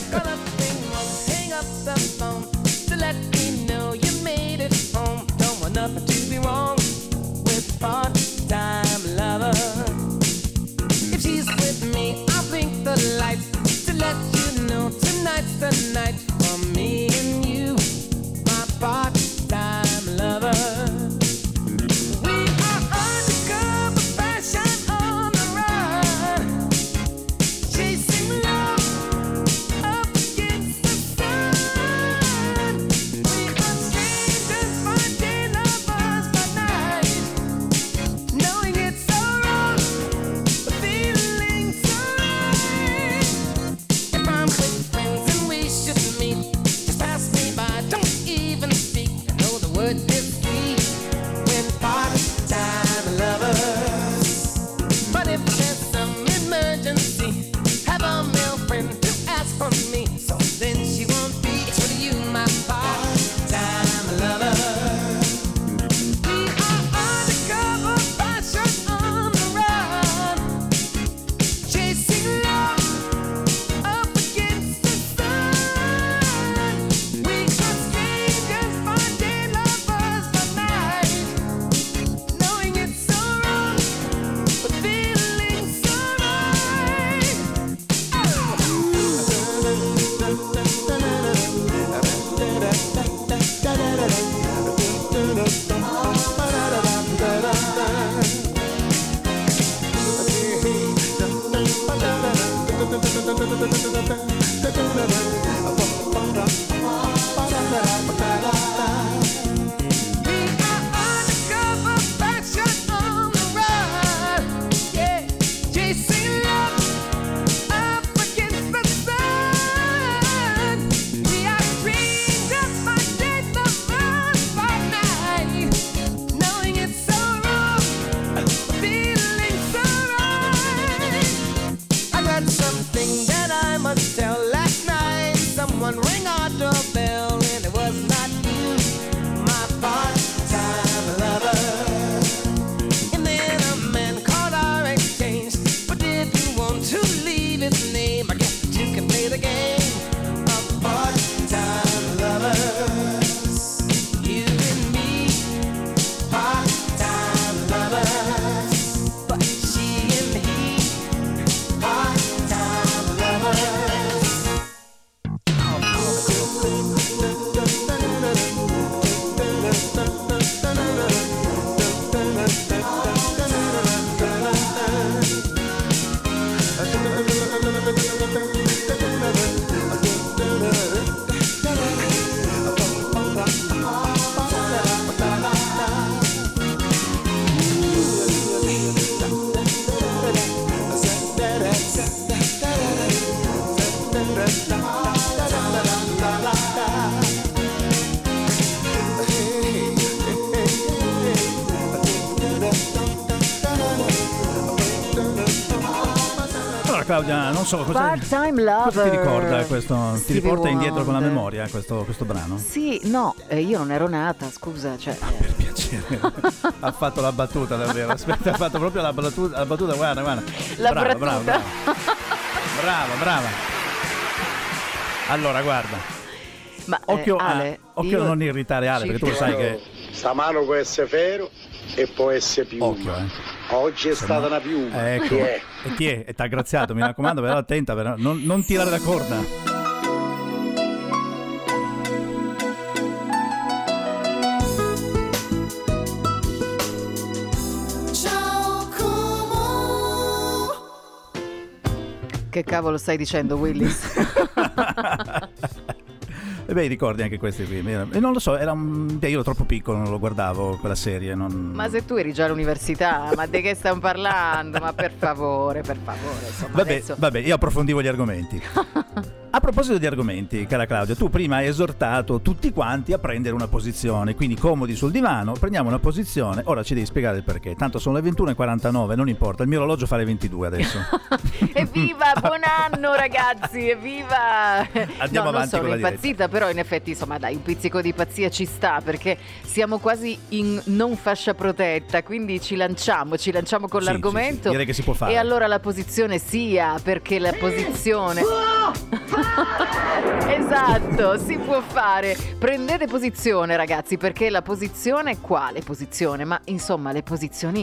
Nothing to be wrong with part-time lover. If she's with me, I'll blink the lights to let you know tonight's the night for me and you, my part-time lover. We are undercover fashion on the run, chasing love up against Claudia, non so cosa, Part-time Lover. cosa ti ricorda questo? Stevie Ti riporta Wonder. indietro con la memoria questo, questo brano? Sì, no, eh, io non ero nata, scusa, cioè, Ah, per piacere. Ha fatto la battuta davvero. Aspetta, ha fatto proprio la battuta, la battuta guarda, guarda. La brava, battuta. brava, brava. Brava, brava. Allora, guarda. ma Occhio, eh, a, Ale, occhio io a non irritare Ale, ci perché tu lo sai che Sta mano può essere ferro e può essere piuma. occhio, eh. Oggi è stata una piuma. Ecco, Chi è? e ti è, e t'ha graziato, mi raccomando, però attenta, però, non, non tirare la corda. Che cavolo stai dicendo, Willis? E beh, ricordi anche questi qui. E non lo so, era un... io ero troppo piccolo, non lo guardavo quella serie. Non... Ma se tu eri già all'università, ma di che stiamo parlando? Ma per favore, per favore, insomma, Vabbè, adesso... vabbè, io approfondivo gli argomenti. A proposito di argomenti, cara Claudia, tu prima hai esortato tutti quanti a prendere una posizione, quindi comodi sul divano, prendiamo una posizione, ora ci devi spiegare il perché, tanto sono le ventuno e quarantanove, non importa, il mio orologio fa le ventidue adesso. Evviva, buon anno ragazzi, evviva! Andiamo no, avanti non sono con la diretta. impazzita, però in effetti, insomma, dai, un pizzico di pazzia ci sta, perché siamo quasi in non fascia protetta, quindi ci lanciamo, ci lanciamo con Sì, l'argomento. sì, sì, direi che si può fare. E allora la posizione sia, perché la posizione... Esatto, si può fare. Prendete posizione, ragazzi, perché la posizione, quale posizione? Ma insomma, le posizioni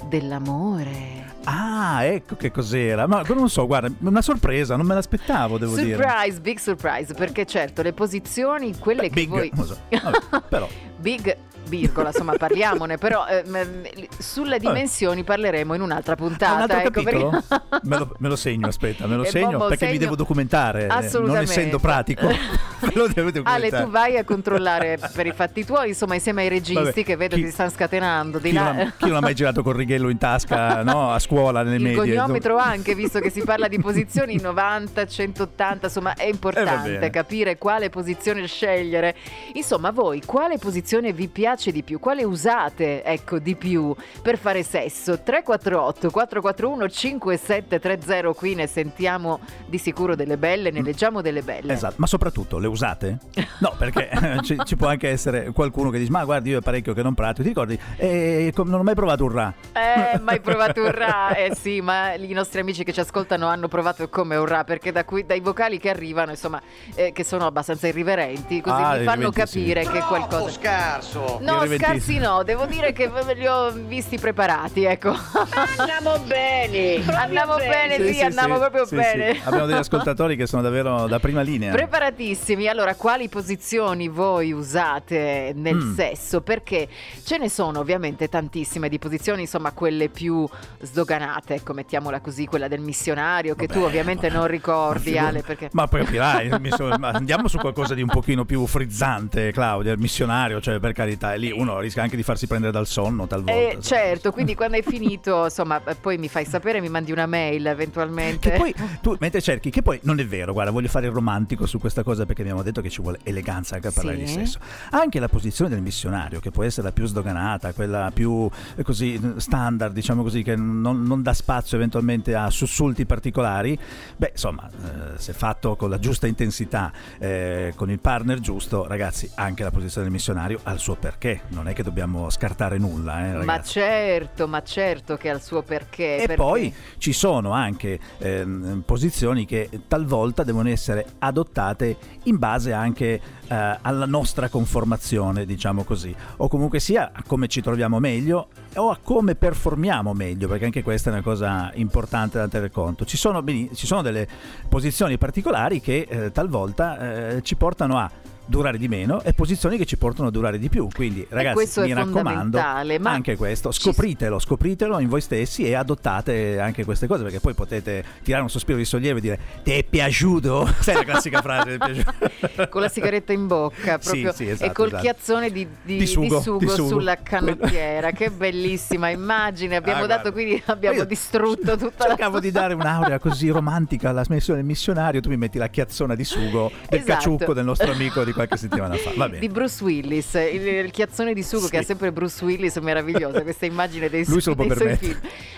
dell'amore. Ah, ecco che cos'era. Ma non so, guarda, una sorpresa, non me l'aspettavo, devo dire. Surprise, big surprise, perché certo, le posizioni, quelle Beh, che big, voi... non so, vabbè, però. Big, virgola, insomma, parliamone, però eh, m- sulle dimensioni parleremo in un'altra puntata. Ah, un altro ecco, capitolo? perché- me, lo, me lo segno, aspetta, me lo E segno Bobo, perché segno- mi devo documentare, eh, non Assolutamente. essendo pratico. Me lo devo documentare. Ale, tu vai a controllare per i fatti tuoi, insomma, insieme ai registi. Vabbè, Che vedo chi- che ti stanno scatenando di Chi là. non, ha, chi non ha mai girato col righello in tasca, no, a scuola, nelle Il medie? goniometro anche, visto che si parla di posizioni novanta, centottanta, insomma è Eh, va importante bene. capire quale posizione scegliere. Insomma, voi quale posizione vi piace di più? Quale usate, ecco, di più per fare sesso? tre quattro otto quattro quattro uno cinque sette tre zero, qui ne sentiamo di sicuro delle belle, ne leggiamo delle belle. Esatto, ma soprattutto le usate? No, perché ci, ci può anche essere qualcuno che dice: ma guardi, io è parecchio che non pratico. Ti ricordi? Eh, com- non ho mai provato un ra. Eh, mai provato un ra? Eh sì, ma i nostri amici che ci ascoltano hanno provato come un ra, perché da qui, dai vocali che arrivano, insomma, eh, che sono abbastanza irriverenti, così Ah, mi fanno irriverenti, capire che qualcosa... scarso. No, Irriverenti. scarsi no, devo dire che ve- li ho visti preparati, ecco. Andiamo bene. Andiamo bene, sì, andiamo proprio sì, bene. sì. Abbiamo degli ascoltatori che sono davvero da prima linea. Preparatissimi. Allora, quali posizioni voi usate nel Mm. sesso? Perché ce ne sono ovviamente tantissime di posizioni, insomma, quelle più sdoganate, ecco, mettiamola così, quella del missionario, che Vabbè, tu ovviamente vabbè. non ricordi, Ma figu- Ale, perché... Ma poi capirai, mi so- ma andiamo su qualcosa di un pochino più frizzante, Claudia, il missionario, cioè per carità, e lì uno rischia anche di farsi prendere dal sonno talvolta. Eh, certo, quindi quando hai finito, insomma, poi mi fai sapere, mi mandi una mail eventualmente. Che poi tu mentre cerchi, che poi non è vero, guarda, voglio fare il romantico su questa cosa perché abbiamo detto che ci vuole eleganza anche a parlare Sì. di sesso. Anche la posizione del missionario, che può essere la più sdoganata, quella più eh, così standard, diciamo così, che non, non dà spazio eventualmente a sussulti particolari, beh, insomma, eh, se fatto con la giusta intensità, eh, con il partner giusto, ragazzi, anche la posizione del missionario ha il suo perché, non è che dobbiamo scartare nulla, eh, ragazzi. Ma certo, ma certo che ha il suo perché. E perché... poi ci sono anche ehm, posizioni che talvolta devono essere adottate in base anche eh, alla nostra conformazione, diciamo così, o comunque sia a come ci troviamo meglio o a come performiamo meglio, perché anche questa è una cosa importante da tenere conto. Ci sono, ci sono delle posizioni particolari che eh, talvolta eh, ci portano a durare di meno e posizioni che ci portano a durare di più, quindi ragazzi questo mi è raccomando fondamentale, ma anche questo ci- scopritelo scopritelo in voi stessi e adottate anche queste cose, perché poi potete tirare un sospiro di sollievo e dire ti è piaciuto? Sai la classica frase, "Ti è piaciuto?" con la sigaretta in bocca proprio, Sì, sì, esatto, e col esatto. chiazzone di, di- Di sugo, di sugo di sugo. sulla canottiera. Che bellissima immagine abbiamo Ah, dato, guarda. quindi abbiamo Io distrutto tutta la... cercavo di dare un'aurea così romantica alla smissione del missionario, tu mi metti la chiazzona di sugo del Esatto. caciucco del nostro amico di qualche settimana fa. Va bene. Di Bruce Willis, il, il chiazzone di sugo Sì. che ha sempre Bruce Willis, meravigliosa questa immagine dei, Lui se lo può dei suoi permettere. film.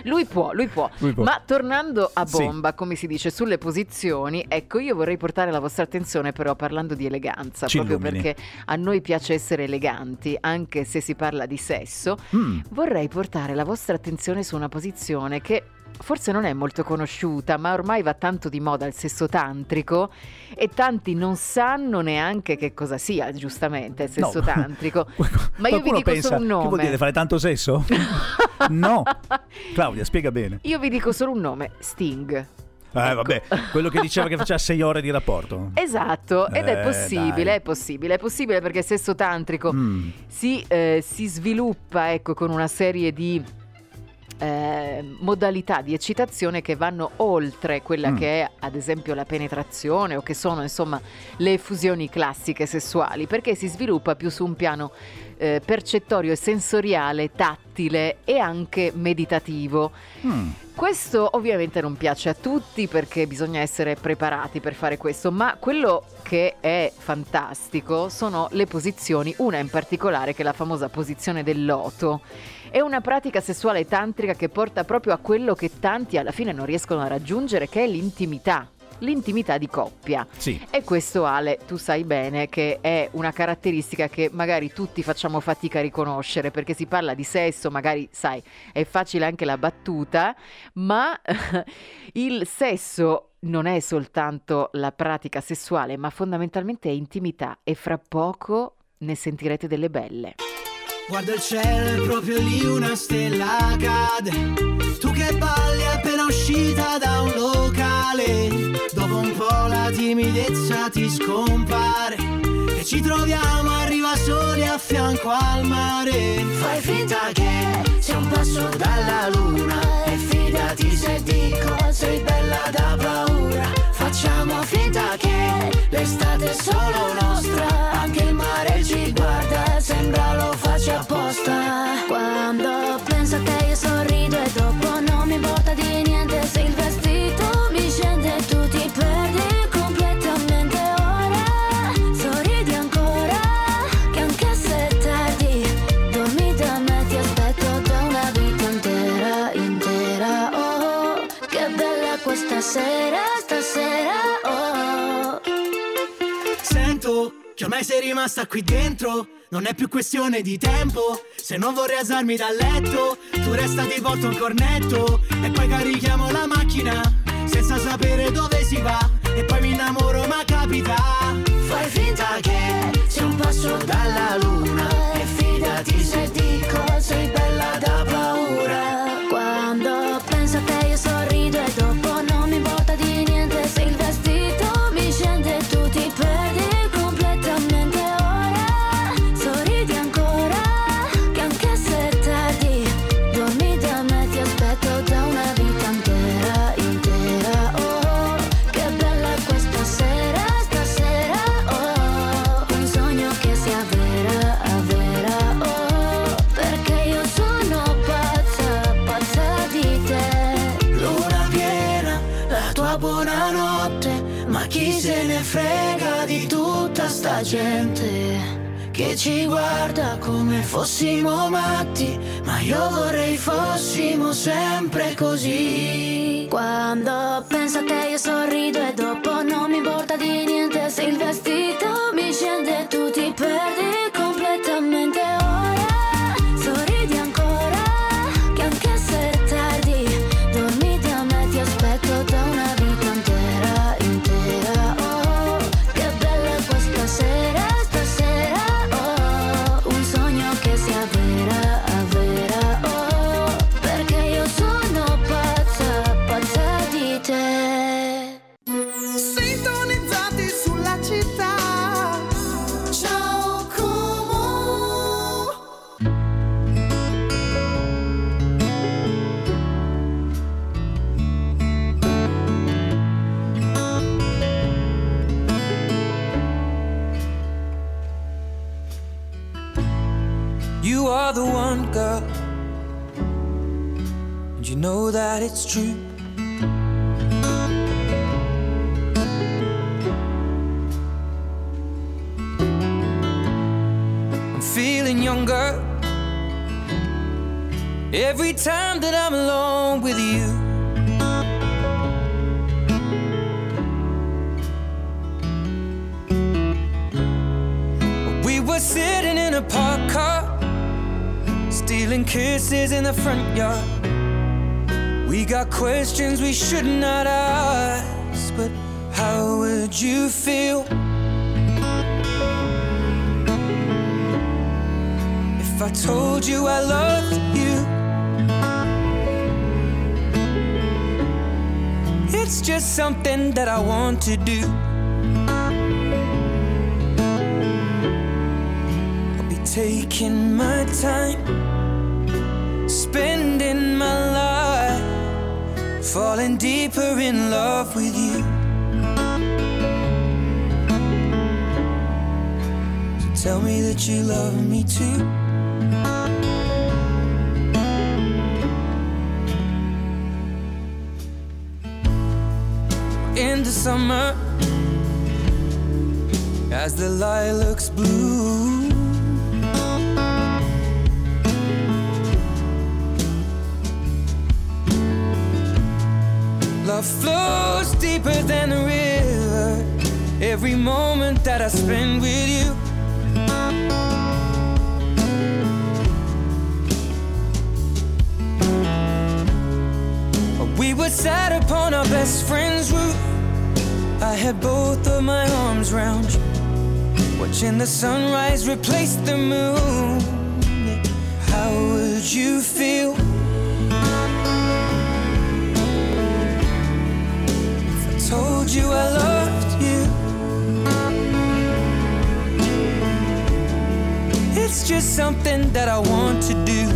Lui può, lui può. Lui può. Ma tornando a bomba, sì. come si dice, sulle posizioni, ecco, io vorrei portare la vostra attenzione però parlando di eleganza, Ci proprio illumini. perché a noi piace essere eleganti, anche se si parla di sesso. Mm. Vorrei portare la vostra attenzione su una posizione che forse non è molto conosciuta, ma ormai va tanto di moda, il sesso tantrico, e tanti non sanno neanche che cosa sia, giustamente, il sesso No. tantrico. Ma io vi Qualcuno dico pensa, solo un nome. Che vuol dire fare tanto sesso? No. Claudia, spiega bene. Io vi dico solo un nome, Sting. Eh vabbè, quello che diceva che faceva sei ore di rapporto. Esatto, ed Eh, è possibile, dai. è possibile, è possibile perché il sesso tantrico Mm. si, eh, si sviluppa, ecco, con una serie di eh, modalità di eccitazione che vanno oltre quella Mm. che è ad esempio la penetrazione o che sono insomma le effusioni classiche sessuali, perché si sviluppa più su un piano eh, percettorio e sensoriale, tattile e anche meditativo. Mm. Questo ovviamente non piace a tutti perché bisogna essere preparati per fare questo, ma quello che è fantastico sono le posizioni, una in particolare che è la famosa posizione del loto. È una pratica sessuale tantrica che porta proprio a quello che tanti alla fine non riescono a raggiungere, che è l'intimità. L'intimità di coppia. Sì. E questo, Ale, tu sai bene che è una caratteristica che magari tutti facciamo fatica a riconoscere, perché si parla di sesso, magari sai, è facile anche la battuta, ma il sesso non è soltanto la pratica sessuale, ma fondamentalmente è intimità, e fra poco ne sentirete delle belle. Guarda il cielo, è proprio lì una stella cade. Tu che balli appena uscita da un locale. Dopo un po' la timidezza ti scompare e ci troviamo, arriva soli a fianco al mare. Fai finta che sei un passo dalla luna e fidati se dico sei bella da paura. Facciamo finta che l'estate è solo nostra, anche il mare ci guarda, sembra lo faccia apposta. Quando penso a te io sorrido e dopo non mi importa di niente se il vestito mi scende e tu ti perdi completamente. Ora sorridi ancora, che anche se è tardi dormi da me, ti aspetto da una vita intera, intera. Oh, che bella questa sera, stasera, oh. Sento che ormai sei rimasta qui dentro, non è più questione di tempo. Se non vorrei alzarmi dal letto, tu resta, ti porto un cornetto e poi carichiamo la macchina senza sapere dove si va. E poi mi innamoro ma capita. Fai finta che sei un passo dalla luna e fidati se dico sei bella da paura. Quando penso a te io sorrido e dopo non mi importa di niente se il vestito mi scende e tu ti perdi completamente. Ora sorridi ancora, che anche se è tardi dormi da me, ti aspetto da una vita intera, intera. Oh, che bella questa sera, stasera. Oh, un sogno che sia vera, vera. Oh, perché io sono pazza, pazza di te. Luna piena, la tua buonanotte, ma chi se ne frega di tutta sta gente che ci guarda come fossimo matti, ma io vorrei fossimo sempre così. Quando penso a te io sorrido e dopo non mi importa di niente se il vestito mi scende e tu ti perdi completamente. Ora sorridi ancora, che anche se è tardi dormi da me, ti aspetto da una vita intera, intera. Oh, che bella questa sera, stasera. Oh, un sogno che sia vera, vera. Oh, perché io sono pazza, pazza di te. Sintonizzati sulla città. Ciao Como. You are the one, girl, and you know that it's true. I'm feeling younger every time that I'm alone with you. We were sitting in a parked car, stealing kisses in the front yard. We got questions we should not ask, but how would you feel if I told you I loved you? It's just something that I want to do. I'll be taking my time, spending my life, falling deeper in love with you. So tell me that you love me too. In the summer, as the lilacs bloom, love flows deeper than a river, every moment that I spend with you. We were sat upon our best friend's roof, I had both of my arms round you, watching the sunrise replace the moon. How would you feel if I told you I loved you? It's just something that I want to do.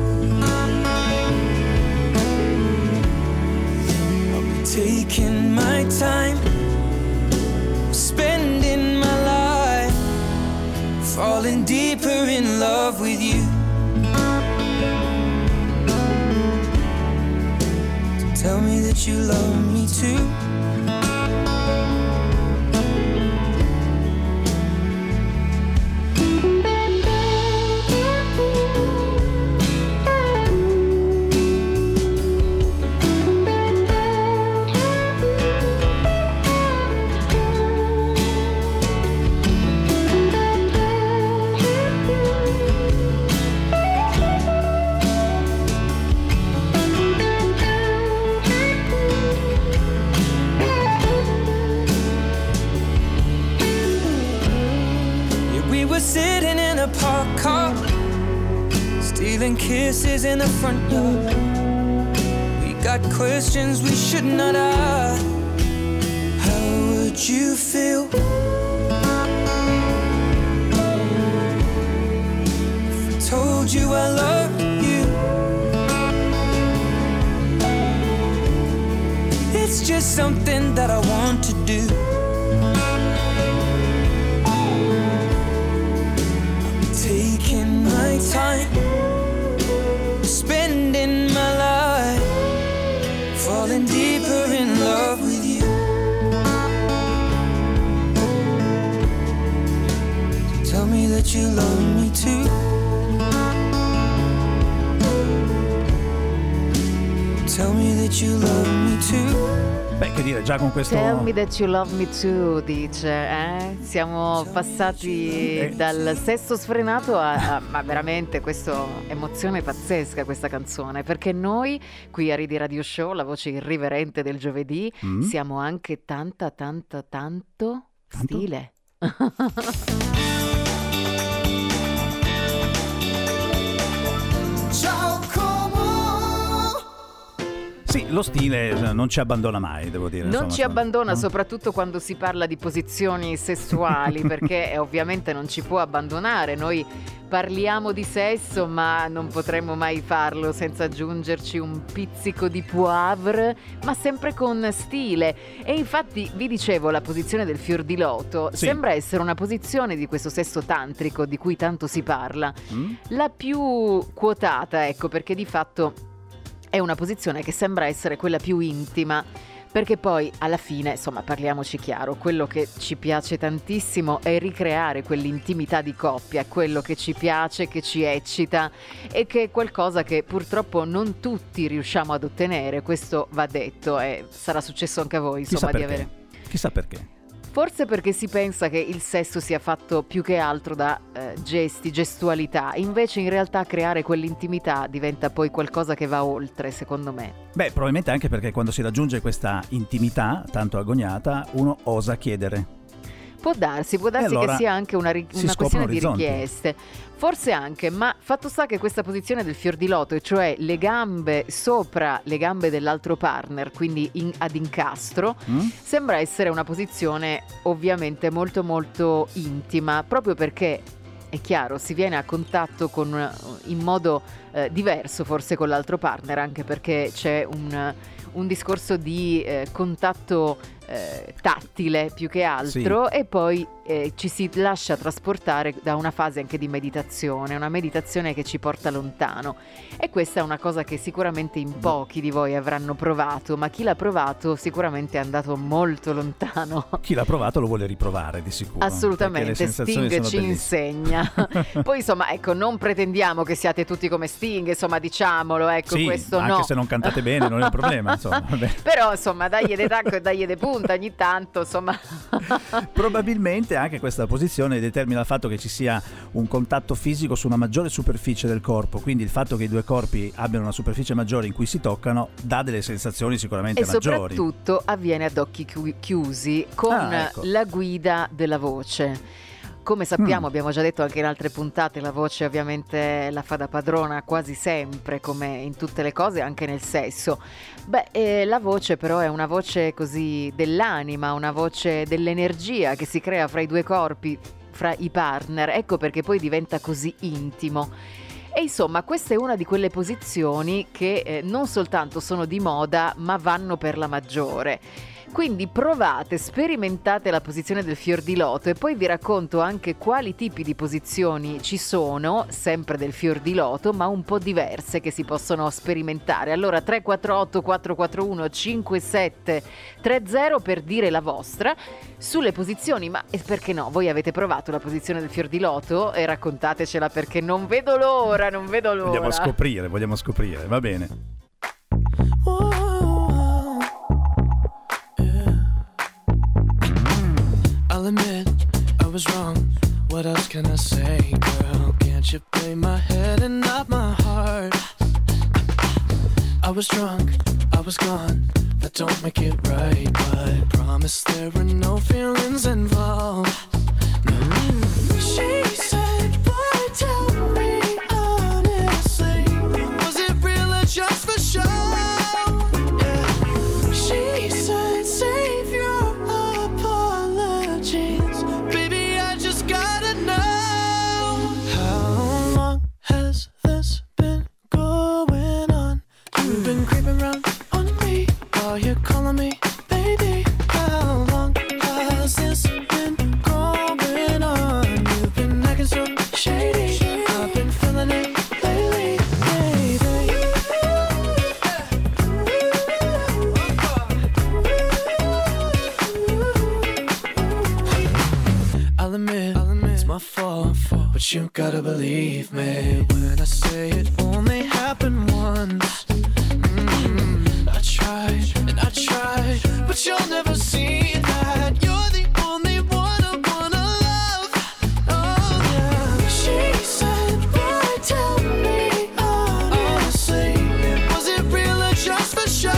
I'll be taking my time, spending my life, falling deeper in love with you. So tell me that you love me too. Sitting in a parked car, stealing kisses in the front yard. We got questions we should not ask. How would you feel if I told you I loved you? It's just something that I want to do. Taking my time, spending my life, falling deeper in love with you. So tell me that you love me too. Tell me that you love me too. Beh, che dire, già con questo... Tell me that you love me too, dice, eh? Siamo passati eh. dal sesso sfrenato a, a... ma veramente, questa emozione pazzesca questa canzone, perché noi qui a Ridi Radio Show, la voce irriverente del giovedì, mm. siamo anche tanta, tanta, tanto, tanto? stile. Sì, lo stile non ci abbandona mai, devo dire. Non insomma, ci abbandona, no? Soprattutto quando si parla di posizioni sessuali, perché ovviamente non ci può abbandonare. Noi parliamo di sesso, ma non potremmo mai farlo senza aggiungerci un pizzico di poivre, ma sempre con stile. E infatti, vi dicevo, la posizione del fior di loto sì. sembra essere una posizione di questo sesso tantrico di cui tanto si parla. Mm? La più quotata, ecco, perché di fatto è una posizione che sembra essere quella più intima, Perché poi alla fine, insomma, parliamoci chiaro, quello che ci piace tantissimo è ricreare quell'intimità di coppia, quello che ci piace, che ci eccita e che è qualcosa che purtroppo non tutti riusciamo ad ottenere, questo va detto e sarà successo anche a voi, insomma, di avere. Chissà perché. Forse perché si pensa che il sesso sia fatto più che altro da eh, gesti, gestualità, invece in realtà creare quell'intimità diventa poi qualcosa che va oltre, secondo me. Beh, probabilmente anche perché quando si raggiunge questa intimità tanto agognata, uno osa chiedere. Può darsi, può darsi allora che sia anche una, ri- una questione di richieste. Forse anche, ma fatto sta che questa posizione del fior di loto, cioè le gambe sopra le gambe dell'altro partner, quindi in, ad incastro, mm? sembra essere una posizione ovviamente molto molto intima, proprio perché è chiaro, si viene a contatto con, in modo eh, diverso forse con l'altro partner, anche perché c'è un, un discorso di eh, contatto eh, tattile più che altro, sì. E poi eh, ci si lascia trasportare da una fase anche di meditazione, una meditazione che ci porta lontano, e questa è una cosa che sicuramente in pochi di voi avranno provato, ma chi l'ha provato sicuramente è andato molto lontano. Chi l'ha provato lo vuole riprovare di sicuro. Assolutamente, Sting ci insegna. Poi insomma, ecco, non pretendiamo che siate tutti come Sting, insomma, diciamolo, ecco, sì, questo anche no. se non cantate bene non è un problema, insomma. Vabbè. Però insomma, dagli de tacco e dagli de punta ogni tanto, insomma. Probabilmente anche questa posizione determina il fatto che ci sia un contatto fisico su una maggiore superficie del corpo, quindi il fatto che i due corpi abbiano una superficie maggiore in cui si toccano dà delle sensazioni sicuramente e maggiori. E soprattutto avviene ad occhi chiusi con ah, ecco. la guida della voce. Come sappiamo, mm. abbiamo già detto anche in altre puntate, la voce ovviamente la fa da padrona quasi sempre, come in tutte le cose, anche nel sesso. Beh, eh, la voce però è una voce così dell'anima, una voce dell'energia che si crea fra i due corpi, fra i partner. Ecco perché poi diventa così intimo. E insomma, questa è una di quelle posizioni che eh, non soltanto sono di moda, ma vanno per la maggiore. Quindi provate, sperimentate la posizione del fior di loto e poi vi racconto anche quali tipi di posizioni ci sono, sempre del fior di loto, ma un po' diverse che si possono sperimentare. Allora tre quattro otto quattro quattro uno cinque sette tre zero per dire la vostra sulle posizioni, ma perché no? Voi avete provato la posizione del fior di loto e raccontatecela, perché non vedo l'ora, non vedo l'ora. Vogliamo scoprire, vogliamo scoprire, va bene. I'll admit I was wrong. What else can I say, girl? Can't you play my head and not my heart? I was drunk, I was gone. That don't make it right, but promise there were no feelings involved. No. She said, boy, tell me honestly, was it real or just for show? Yeah. She said, save your baby, I just gotta know, how long has this been going on? You've been creeping around on me while you're calling me baby. How long has this been going on? You've been acting so shady, I've been feeling it lately, baby. I'll admit, I'll admit it's my fault, but you gotta believe me when I say it only happened once. Mm-hmm. I tried and I tried, but you'll never see that. You're the only one I wanna love. Oh yeah. She said, boy, tell me honestly, was it real or just for show?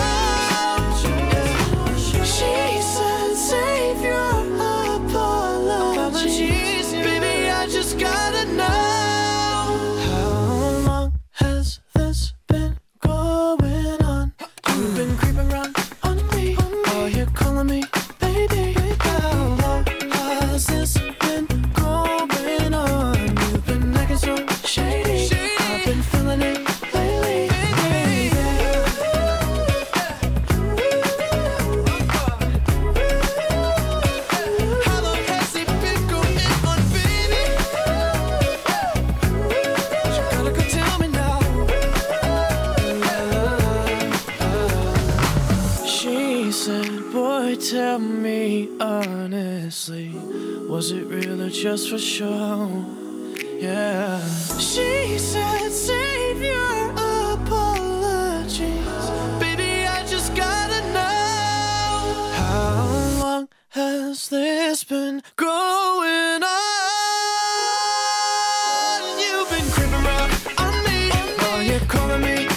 Yeah. She said, save your apologies, baby, I just gotta know, how long has this been going Boy, tell me honestly, was it real or just for show? Yeah. She said, save your apologies. Baby, I just gotta know, how long has this been going on? You've been creeping around on me while you're calling me.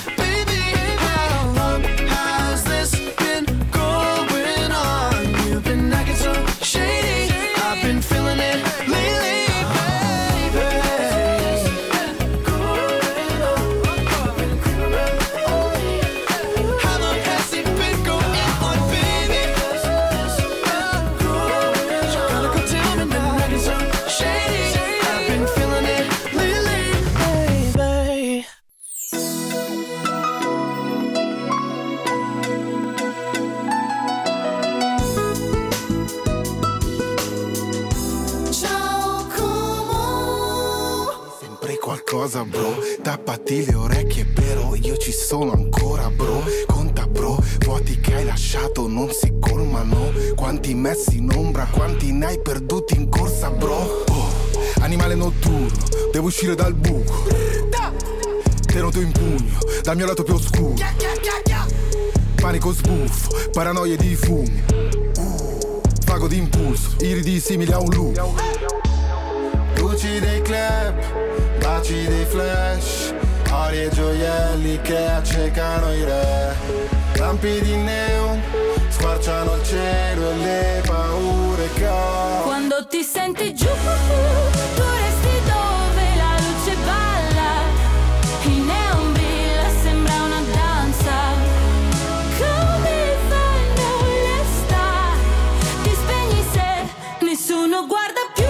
Cosa bro, tappati le orecchie però io ci sono ancora bro. Conta bro, vuoti che hai lasciato non si colmano. Quanti messi in ombra, quanti ne hai perduti in corsa bro. Oh, animale notturno, devo uscire dal buco. Te noto in pugno, dal mio lato più oscuro. Panico sbuffo, paranoie di fumi. Vago d'impulso, iridi simili a un lupo. Luci dei club, baci dei flash, ori e gioielli che accecano i re. Lampi di neon squarciano il cielo e le paure che ho. Quando ti senti giù, tu resti dove la luce balla. Il neon brilla, sembra una danza. Come fai a non restare? Ti spegni se nessuno guarda più.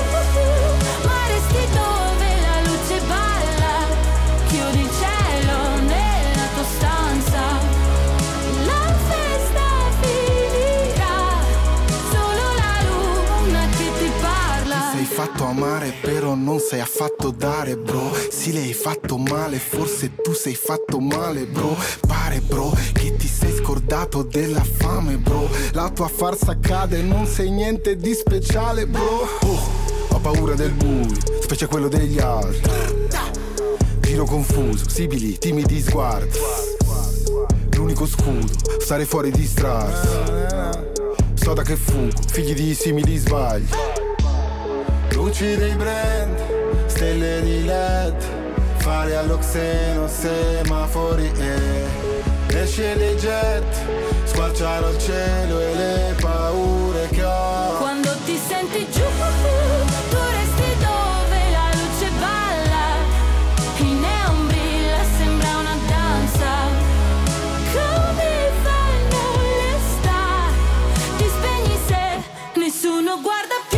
Fatto amare però non sei affatto dare bro. Sì, le hai fatto male, forse tu sei fatto male bro. Pare bro che ti sei scordato della fame bro. La tua farsa cade, non sei niente di speciale bro. Oh, ho paura del buio, specie quello degli altri. Giro confuso, sibili, timidi sguardi. L'unico scudo, stare fuori di strada. So da che fugo, figli di simili sbagli. Luci dei brand, stelle di led, fari all'oxeno, semafori e esce dei jet, squarciano il cielo e le paure che ho. Quando ti senti giù, tu resti dove la luce balla. Il neon brilla, sembra una danza. Come fai a non restare? Ti spegni se nessuno guarda più.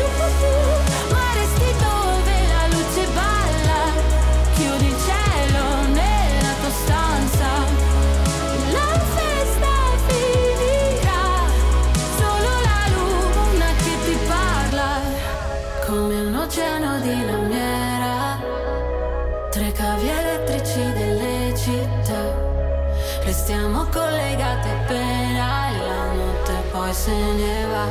Oceano di lamiera, tre cavi elettrici delle città. Restiamo collegate appena la notte poi se ne va.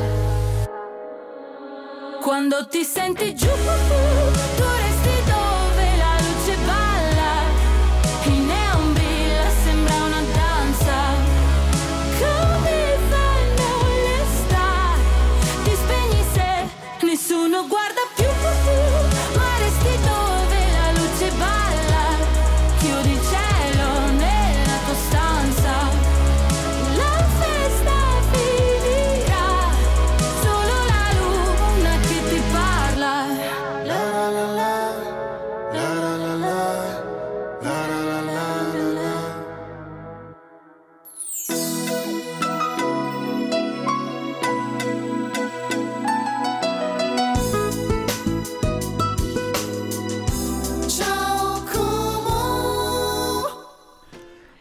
Quando ti senti giù, tu resti dove la luce balla. Il neon brilla, sembra una danza. Come fai a non restare? Ti spegni se nessuno guarda più. Ma resti dove la luce balla. Chiudi il cielo nella tua stanza. La festa finirà, solo la luna che ti parla. La la la la.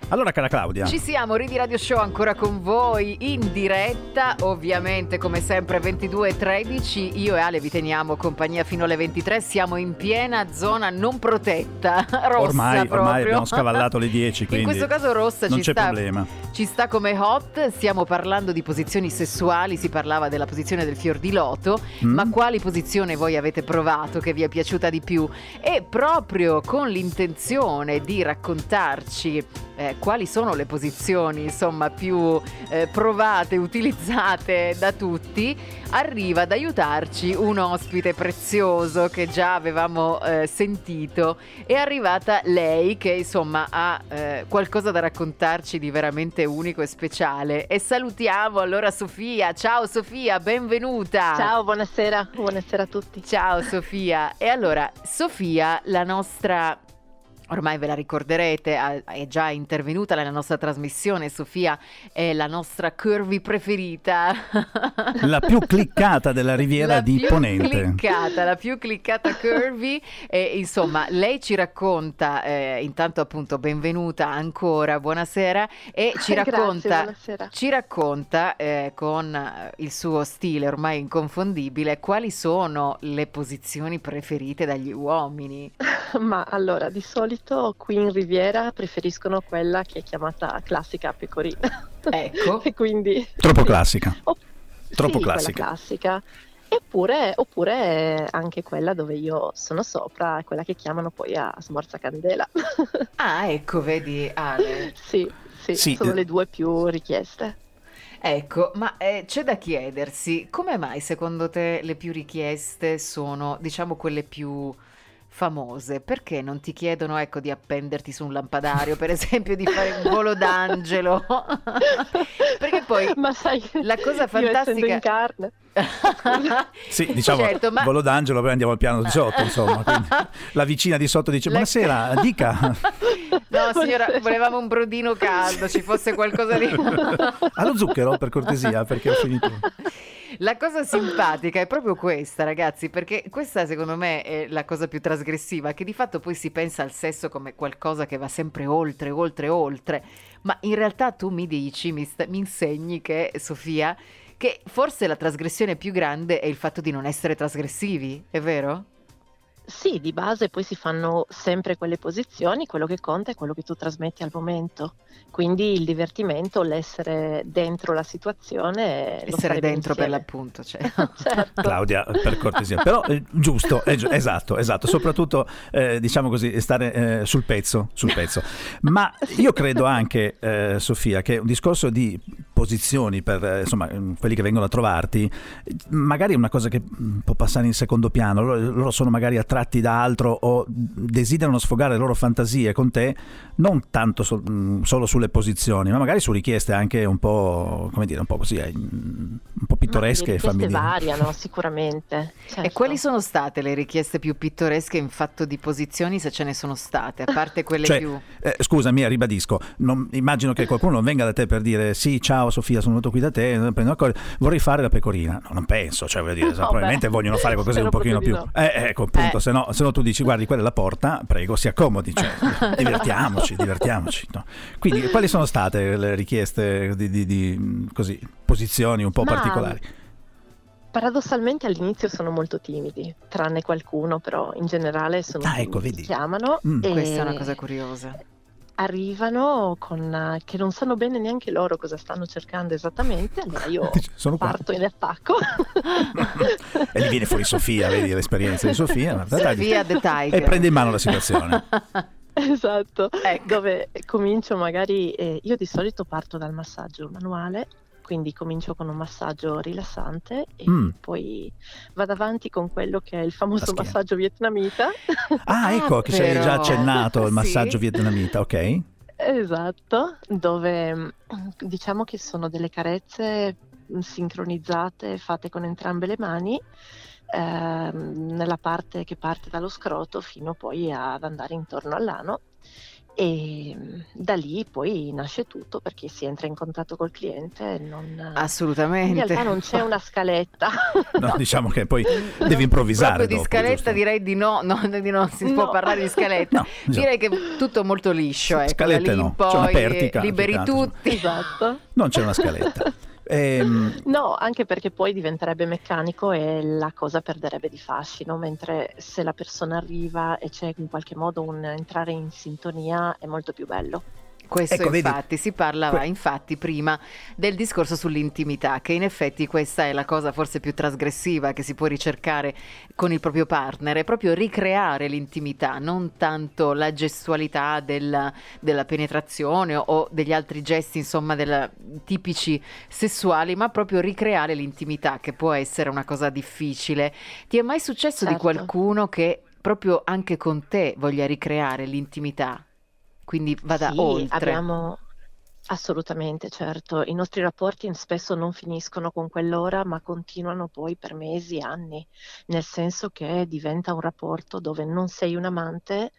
Allora, cara Claudia, ci siamo, Ridi Radio Show ancora con voi in diretta, ovviamente come sempre ventidue e tredici. Io e Ale vi teniamo compagnia fino alle ventitré. Siamo in piena zona non protetta, rossa ormai, proprio. ormai abbiamo scavallato le dieci, quindi in questo caso rossa non ci c'è sta, problema. Ci sta come hot. Stiamo parlando di posizioni sessuali, si parlava della posizione del fior di loto, mm. ma quali posizione voi avete provato che vi è piaciuta di più? E proprio con l'intenzione di raccontarci eh, quali sono le posizioni insomma più eh, provate, utilizzate da tutti, arriva ad aiutarci un ospite prezioso che già avevamo eh, sentito. È arrivata lei che insomma ha eh, qualcosa da raccontarci di veramente unico e speciale, e salutiamo allora Sofia. Ciao Sofia, benvenuta. Ciao, buonasera, buonasera a tutti. Ciao Sofia. E allora Sofia, la nostra, ormai ve la ricorderete, è già intervenuta nella nostra trasmissione. Sofia è la nostra curvy preferita, la più cliccata della Riviera la di più Ponente. Cliccata, la più cliccata curvy. E insomma, lei ci racconta, eh, intanto appunto benvenuta ancora, buonasera, e ci racconta, Grazie, ci racconta eh, con il suo stile ormai inconfondibile quali sono le posizioni preferite dagli uomini. Ma allora, di solito qui in Riviera preferiscono quella che è chiamata classica pecorina. Ecco. E quindi Troppo classica. O, Troppo sì, classica. Quella classica. Eppure, oppure anche quella dove io sono sopra, quella che chiamano poi a smorzacandela. Ah, ecco, vedi Ale. Sì, sì, Sì, sono eh. le due più richieste. Ecco, ma eh, c'è da chiedersi, come mai secondo te le più richieste sono, diciamo, quelle più famose? Perché non ti chiedono, ecco, di appenderti su un lampadario, per esempio, di fare un volo d'angelo? Perché poi Ma sai, la cosa io essendo fantastica in carne. Sì, diciamo, certo, ma... volo d'angelo, poi andiamo al piano di sotto, insomma. Quindi la vicina di sotto dice, La- buonasera, dica. No signora, volevamo un brodino caldo, ci fosse qualcosa di... Allo zucchero, per cortesia, perché ho finito. La cosa simpatica è proprio questa, ragazzi, perché questa secondo me è la cosa più trasgressiva, che di fatto poi si pensa al sesso come qualcosa che va sempre oltre, oltre, oltre, ma in realtà tu mi dici, mi, sta- mi insegni che, Sofia, che forse la trasgressione più grande è il fatto di non essere trasgressivi, è vero? Sì, di base poi si fanno sempre quelle posizioni, quello che conta è quello che tu trasmetti al momento, quindi il divertimento, l'essere dentro la situazione, lo Essere fai dentro per insieme. l'appunto, cioè. Certo. Claudia, per cortesia, però eh, giusto, eh, gi- esatto, esatto, soprattutto eh, diciamo così, stare eh, sul pezzo, sul pezzo. Ma io credo anche, eh, Sofia, che un discorso di posizioni per eh, insomma quelli che vengono a trovarti, magari è una cosa che mh, può passare in secondo piano. Loro, loro sono magari attratti da altro o desiderano sfogare le loro fantasie con te, non tanto so- mh, solo sulle posizioni, ma magari su richieste anche un po', come dire, un po' così, eh, un po' pittoresche, Ma le fammi richieste dire. variano sicuramente. Certo. E quali sono state le richieste più pittoresche in fatto di posizioni, se ce ne sono state, a parte quelle Cioè, più... eh, scusami, ribadisco, non, immagino che qualcuno non venga da te per dire sì, ciao Sofia, sono venuto qui da te, prendo una cosa, vorrei fare la pecorina. No, non penso, cioè voglio dire, No, probabilmente beh, vogliono fare qualcosa di un spero pochino più... proprio di Eh, ecco, appunto, Eh. se no, se no tu dici guardi, quella è la porta, prego, si accomodi, cioè, divertiamoci, divertiamoci. No? Quindi, quali sono state le richieste di, di, di così, posizioni un po' Ma- particolari? Paradossalmente all'inizio sono molto timidi, tranne qualcuno, però in generale sono Ah, timidi, ecco, vedi. ti chiamano Mm. e Questa è una cosa curiosa. arrivano con eh, che non sanno bene neanche loro cosa stanno cercando esattamente, allora io Dice, sono qua. parto in attacco. E gli viene fuori Sofia, vedi l'esperienza di Sofia, ma dai, Sofia the Tiger. e prende in mano la situazione. Esatto, Ecco. dove comincio magari, eh, io di solito parto dal massaggio manuale, quindi comincio con un massaggio rilassante e Mm. poi vado avanti con quello che è il famoso La schiena. massaggio vietnamita. Ah, ecco, che ci hai però. già accennato il Sì. massaggio vietnamita, ok? Esatto, dove mm, diciamo che sono delle carezze mm, sincronizzate, fatte con entrambe le mani, ehm, nella parte che parte dallo scroto fino poi ad andare intorno all'ano. e da lì poi nasce tutto, perché si entra in contatto col cliente. Non, assolutamente. In realtà non c'è una scaletta. No, diciamo che poi devi improvvisare. Proprio dopo, di scaletta giusto? direi di no, no, di no, si No. può parlare di scaletta. No, esatto. Direi che tutto molto liscio, ecco, Scalette da lì no, in c'è una poi pertica, liberi più che altro. tutti. Esatto. Non c'è una scaletta. Ehm, No, anche perché poi diventerebbe meccanico e la cosa perderebbe di fascino, mentre se la persona arriva e c'è in qualche modo un entrare in sintonia è molto più bello. Questo Ecco, vedi, infatti, si parlava que- infatti prima del discorso sull'intimità, che in effetti questa è la cosa forse più trasgressiva che si può ricercare con il proprio partner, è proprio ricreare l'intimità, non tanto la gestualità della, della penetrazione o degli altri gesti, insomma, della, tipici sessuali, ma proprio ricreare l'intimità, che può essere una cosa difficile. Ti è mai successo di Certo. qualcuno che proprio anche con te voglia ricreare l'intimità? Quindi vada Sì, oltre. abbiamo assolutamente, certo. I nostri rapporti spesso non finiscono con quell'ora, ma continuano poi per mesi, anni, nel senso che diventa un rapporto dove non sei un amante,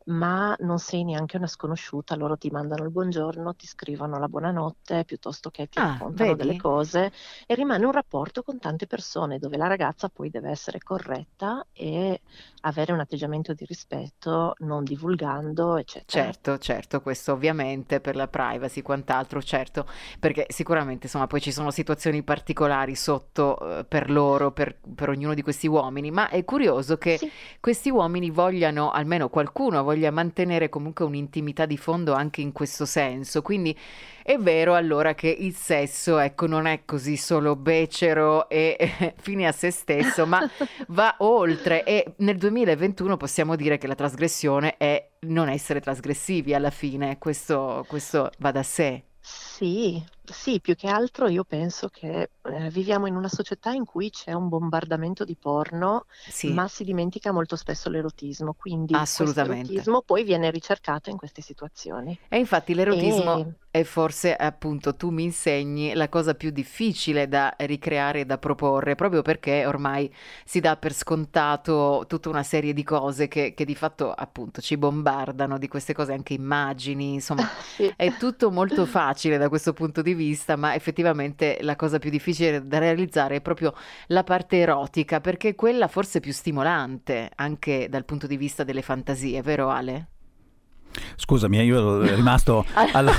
ma non sei neanche una sconosciuta. Loro ti mandano il buongiorno, ti scrivono la buonanotte, piuttosto che ti Ah, raccontano vedi? delle cose, e rimane un rapporto con tante persone dove la ragazza poi deve essere corretta e avere un atteggiamento di rispetto, non divulgando, eccetera. Certo, certo, questo ovviamente per la privacy, quant'altro, certo, perché sicuramente insomma poi ci sono situazioni particolari sotto eh, per loro, per, per ognuno di questi uomini, ma è curioso che Sì. questi uomini vogliano, almeno qualcuno voglia mantenere comunque un'intimità di fondo anche in questo senso, quindi è vero allora che il sesso, ecco, non è così solo becero e eh, fine a se stesso, ma va oltre, e nel duemilaventuno possiamo dire che la trasgressione è non essere trasgressivi alla fine, questo, questo va da sé. Sì, sì, più che altro io penso che eh, viviamo in una società in cui c'è un bombardamento di porno, Sì, ma si dimentica molto spesso l'erotismo, quindi questo assolutamente. erotismo poi viene ricercato in queste situazioni. E infatti l'erotismo E è forse, appunto, tu mi insegni, la cosa più difficile da ricreare e da proporre, proprio perché ormai si dà per scontato tutta una serie di cose che, che di fatto, appunto, ci bombardano di queste cose, anche immagini, insomma, sì. è tutto molto facile da questo punto di vista, ma effettivamente la cosa più difficile da realizzare è proprio la parte erotica, perché è quella forse più stimolante, anche dal punto di vista delle fantasie, vero Ale? Scusami, io ero rimasto alla...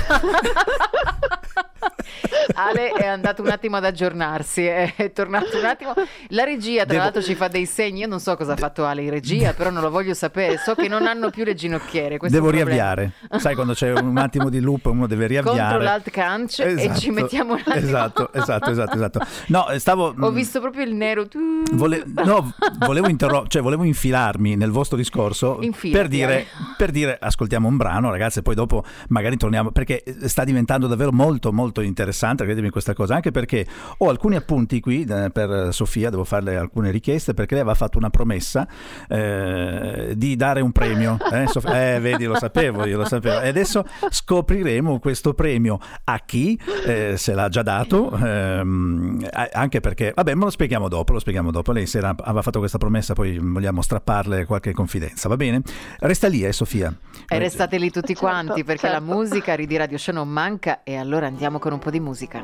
Ale è andato un attimo ad aggiornarsi, è tornato un attimo. La regia, tra Devo- l'altro, ci fa dei segni. Io non so cosa ha fatto Ale in regia, però non lo voglio sapere. So che non hanno più le ginocchiere. Questo Devo è un problema. riavviare. Sai, quando c'è un attimo di loop uno deve riavviare. Contro l'alt canc e Esatto, ci mettiamo un attimo. Esatto, esatto, esatto, esatto. No, stavo... Ho visto proprio il nero. Vole- no, volevo interro- cioè volevo infilarmi nel vostro discorso Infilati, per dire, Ale. per dire ascoltiamo un brano, ragazzi, e poi dopo magari torniamo, perché sta diventando davvero molto molto interessante, credetemi, questa cosa, anche perché ho alcuni appunti qui eh, per Sofia, devo farle alcune richieste, perché lei aveva fatto una promessa eh, di dare un premio, eh, Sof- eh, vedi, lo sapevo, io lo sapevo, e adesso scopriremo questo premio a chi, eh, se l'ha già dato, ehm, anche perché, vabbè, me lo spieghiamo dopo, lo spieghiamo dopo. Lei sera aveva fatto questa promessa, poi vogliamo strapparle qualche confidenza, va bene? Resta lì, eh, Sofia. E restate lì tutti Certo, quanti, perché certo. la musica di Radio Show non manca, e allora andiamo con un po' di musica.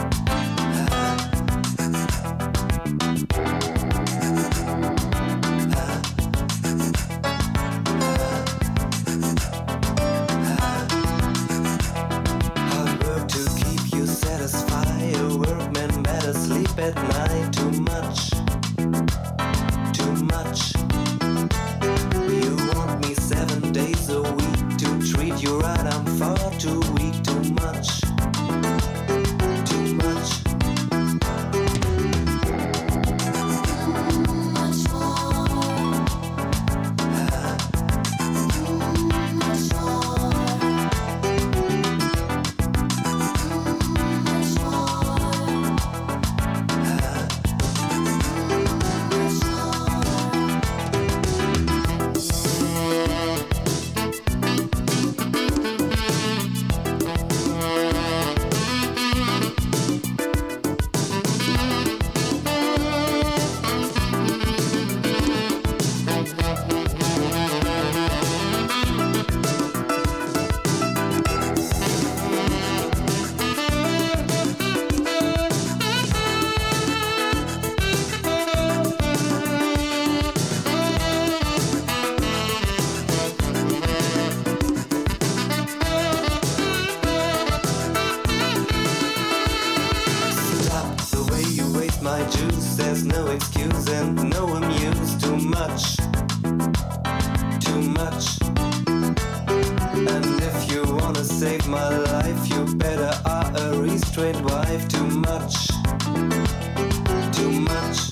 Ah much, too much. And if you wanna save my life, you better are a restrained wife. Too much, too much.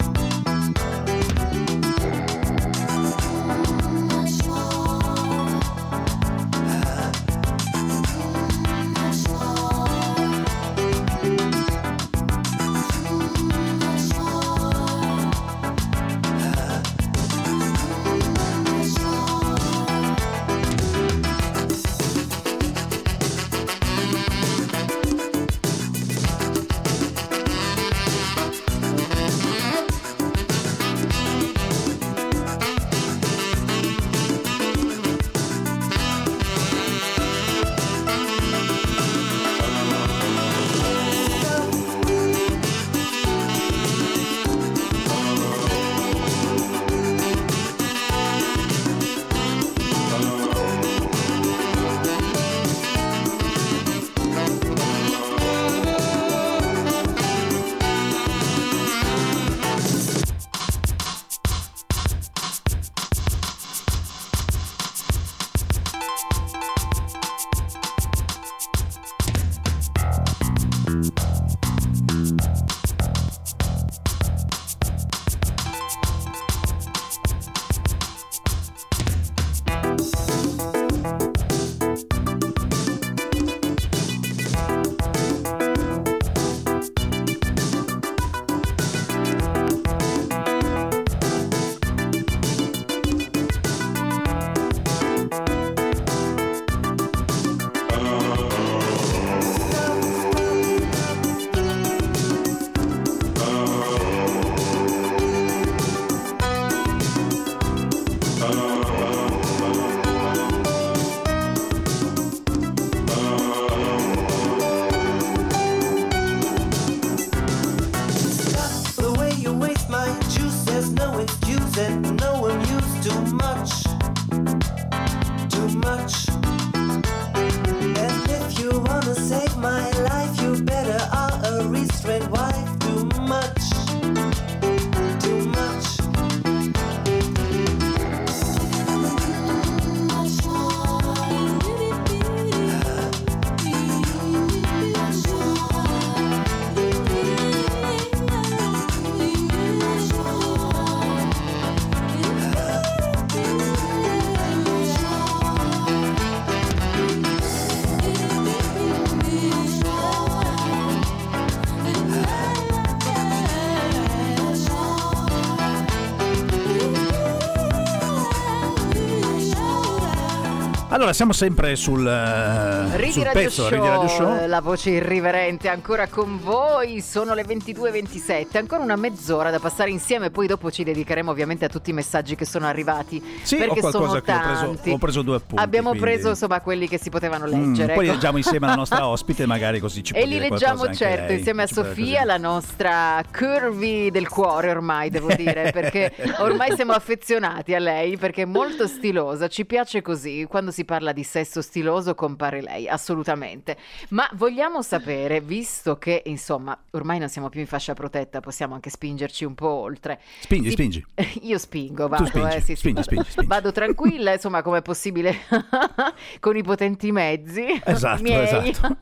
Allora, siamo sempre sul, uh, Ridi sul Radio pezzo, Show, Ridi Radio Show, la voce irriverente ancora con voi. Sono le ventidue e ventisette, ancora una mezz'ora da passare insieme. Poi dopo ci dedicheremo ovviamente a tutti i messaggi che sono arrivati, sì, perché ho sono che tanti. Ho preso, ho preso due appunti. Abbiamo quindi... preso insomma quelli che si potevano leggere. Mm, poi ecco. leggiamo insieme la nostra ospite, magari così ci può e li dire leggiamo certo lei. insieme a ci Sofia, la nostra curvy del cuore ormai, devo dire, perché ormai siamo affezionati a lei, perché è molto stilosa, ci piace così. Quando si parla di sesso stiloso compare lei, assolutamente. Ma vogliamo sapere, visto che insomma ormai non siamo più in fascia protetta, possiamo anche spingerci un po' oltre. Spingi, si... spingi. Io spingo, vado, spingi, eh, sì, spingi, sì, spingi, vado. spingi. vado tranquilla, insomma, come è possibile con i potenti mezzi. Esatto, miei. esatto.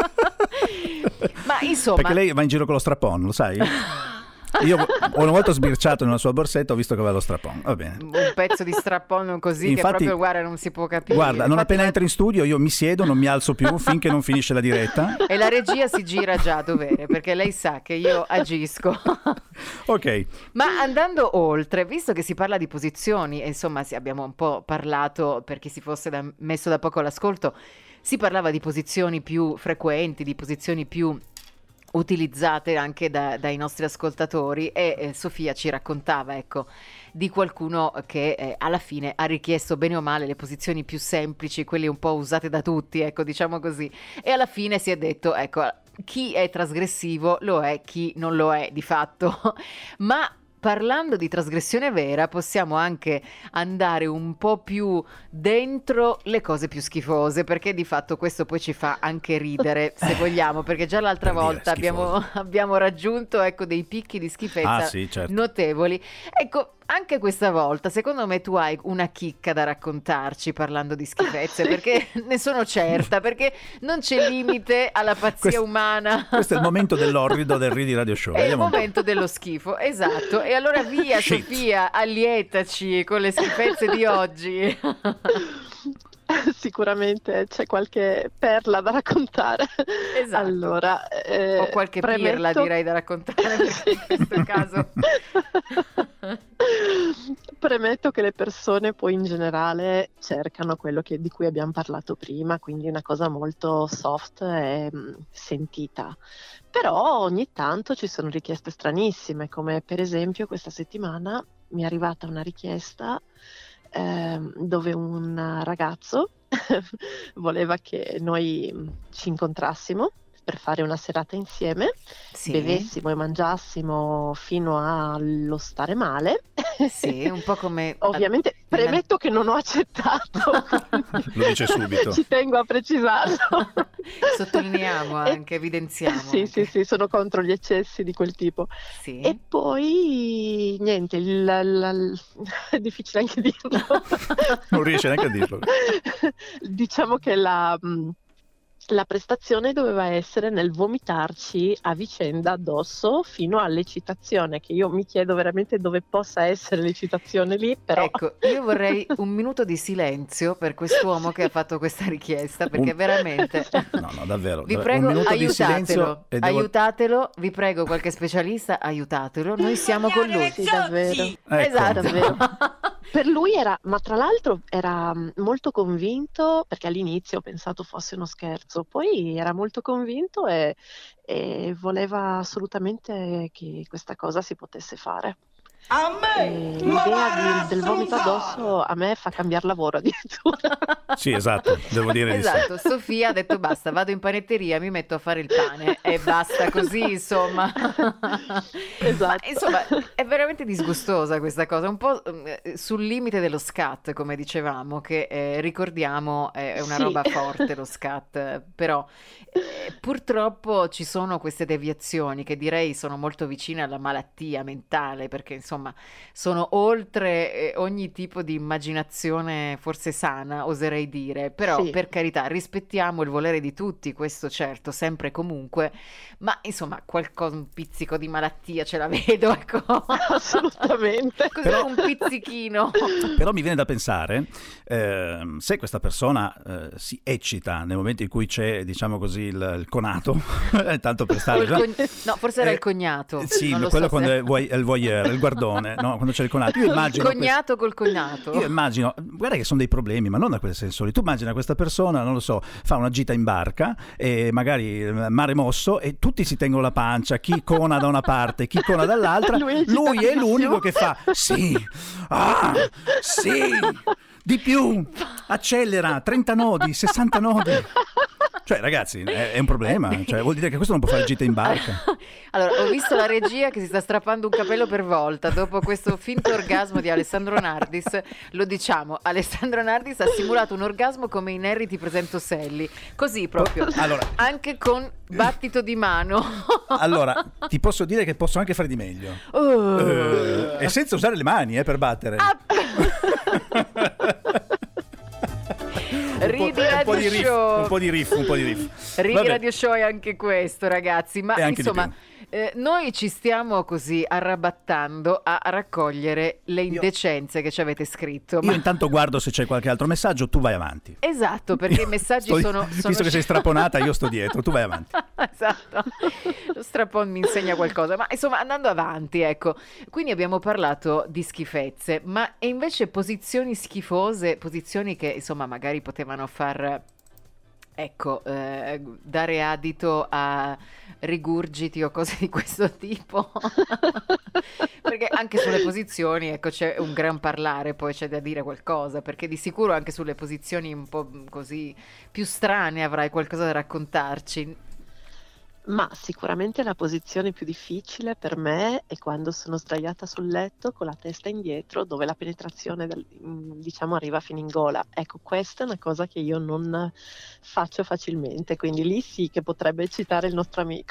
Ma insomma, perché lei va in giro con lo strapon, lo sai? Io una volta ho sbirciato nella sua borsetta, ho visto che aveva lo strappon. Va bene. Un pezzo di strappon così. Infatti, che proprio, guarda, non si può capire. Guarda, non Infatti appena la... entri in studio io mi siedo, non mi alzo più finché non finisce la diretta. E la regia si gira già a dovere, perché lei sa che io agisco. Ok. Ma andando oltre, visto che si parla di posizioni, e insomma sì, abbiamo un po' parlato, per chi si fosse da, messo da poco all'ascolto, si parlava di posizioni più frequenti, di posizioni più utilizzate anche da, dai nostri ascoltatori, e eh, Sofia ci raccontava, ecco, di qualcuno che eh, alla fine ha richiesto bene o male le posizioni più semplici, quelle un po' usate da tutti, ecco, diciamo così, e alla fine si è detto, ecco, chi è trasgressivo lo è, chi non lo è di fatto. Ma parlando di trasgressione vera, possiamo anche andare un po' più dentro le cose più schifose, perché di fatto questo poi ci fa anche ridere, se vogliamo, perché già l'altra per volta abbiamo, abbiamo raggiunto, ecco, dei picchi di schifezza ah, sì, certo. notevoli. Ecco, anche questa volta secondo me tu hai una chicca da raccontarci parlando di schifezze, perché ne sono certa, perché non c'è limite alla pazzia questo, umana. Questo è il momento dell'orrido del Ridi Radio Show. È Vediamo il momento dello schifo, esatto. E allora via Shit. Sofia, allietaci con le schifezze di oggi. Sicuramente c'è qualche perla da raccontare. Esatto. Allora, eh, o qualche premetto... pirla direi da raccontare, perché in questo caso premetto che le persone poi in generale cercano quello che, di cui abbiamo parlato prima, quindi una cosa molto soft e mh, sentita. Però ogni tanto ci sono richieste stranissime, come per esempio questa settimana mi è arrivata una richiesta Ehm, dove un ragazzo voleva che noi ci incontrassimo per fare una serata insieme, sì. bevessimo e mangiassimo fino allo stare male. Sì, un po' come... Ovviamente premetto che non ho accettato. Lo dice subito. Ci tengo a precisarlo. Sottolineiamo anche, evidenziamo. Sì, anche. sì, sì, sono contro gli eccessi di quel tipo. Sì. E poi, niente, il, il, il, è difficile anche dirlo. Non riesce neanche a dirlo. Diciamo che la... La prestazione doveva essere nel vomitarci a vicenda addosso fino all'eccitazione, che io mi chiedo veramente dove possa essere l'eccitazione lì, però... Ecco, io vorrei un minuto di silenzio per quest'uomo che ha fatto questa richiesta, perché un... veramente... No, no, davvero. Vi davvero. prego, un minuto aiutatelo, di silenzio e devo... aiutatelo, vi prego, qualche specialista, aiutatelo, noi siamo con lui. Sì, davvero. Ecco. Esatto. Davvero. Per lui era, ma tra l'altro era molto convinto, perché all'inizio ho pensato fosse uno scherzo, poi era molto convinto e, e voleva assolutamente che questa cosa si potesse fare. A me! E l'idea di, del vomito addosso a me fa cambiare lavoro addirittura. Sì, esatto, devo dire Esatto, di sì. Sofia ha detto basta, vado in panetteria, mi metto a fare il pane e basta così, insomma. Esatto. Ma, insomma, è veramente disgustosa questa cosa, un po' eh, sul limite dello scat, come dicevamo, che eh, ricordiamo eh, è una Sì. roba forte lo scat, però eh, purtroppo ci sono queste deviazioni che direi sono molto vicine alla malattia mentale, perché insomma sono oltre eh, ogni tipo di immaginazione forse sana, oserei dire, però Sì. per carità rispettiamo il volere di tutti, questo certo, sempre e comunque, ma insomma qualcosa, un pizzico di malattia ce la vedo, ecco. Assolutamente. Così un pizzichino. Però mi viene da pensare, eh, se questa persona eh, si eccita nel momento in cui c'è, diciamo così, il, il conato, tanto per O stare... il cogn- no, forse era Eh, il cognato. Sì, non lo quello so quando se- è, vuoi- è il voyeur, il guardone, no? Quando c'è il conato. Io il immagino... cognato col cognato. Io immagino, guarda che sono dei problemi, ma non da quel senso lì. Tu immagina questa persona, non lo so, fa una gita in barca e magari eh, mare mosso e tutti si tengono la pancia, chi cona da una parte, chi cona dall'altra. Lui è Lui è l'unico agitatissimo. che fa sì, ah, sì, di più, accelera, trenta nodi, sessanta nodi. Cioè ragazzi, è, è un problema, cioè, vuol dire che questo non può fare gita in barca. Allora, ho visto la regia che si sta strappando un capello per volta dopo questo finto orgasmo di Alessandro Nardis. Lo diciamo, Alessandro Nardis ha simulato un orgasmo come in Harry ti presento Sally, così proprio, Allora, anche con battito di mano. allora, ti posso dire che posso anche fare di meglio. Oh. Eh, e senza usare le mani, eh, per battere. Ah. Ridi un po' Radio di riff, Show. un po' di riff, un po' di riff. Ridi Vabbè. Radio Show è anche questo, ragazzi, ma E anche di insomma più. eh, noi ci stiamo così arrabattando a raccogliere le indecenze che ci avete scritto. Io ma- intanto guardo se c'è qualche altro messaggio, tu vai avanti. Esatto, perché i messaggi Sto- sono, sono Visto che sei straponata, io sto dietro, tu vai avanti. Esatto, lo strapon mi insegna qualcosa, ma insomma andando avanti, ecco, quindi abbiamo parlato di schifezze, ma e invece posizioni schifose, posizioni che insomma magari potevano far, ecco, eh, dare adito a rigurgiti o cose di questo tipo. Perché anche sulle posizioni, ecco, c'è un gran parlare, poi c'è da dire qualcosa, perché di sicuro anche sulle posizioni un po' così più strane avrai qualcosa da raccontarci. Ma sicuramente la posizione più difficile per me è quando sono sdraiata sul letto con la testa indietro, dove la penetrazione del- mm, diciamo arriva fino in gola. Ecco, questa è una cosa che io non faccio facilmente, quindi lì sì che potrebbe citare il nostro amico.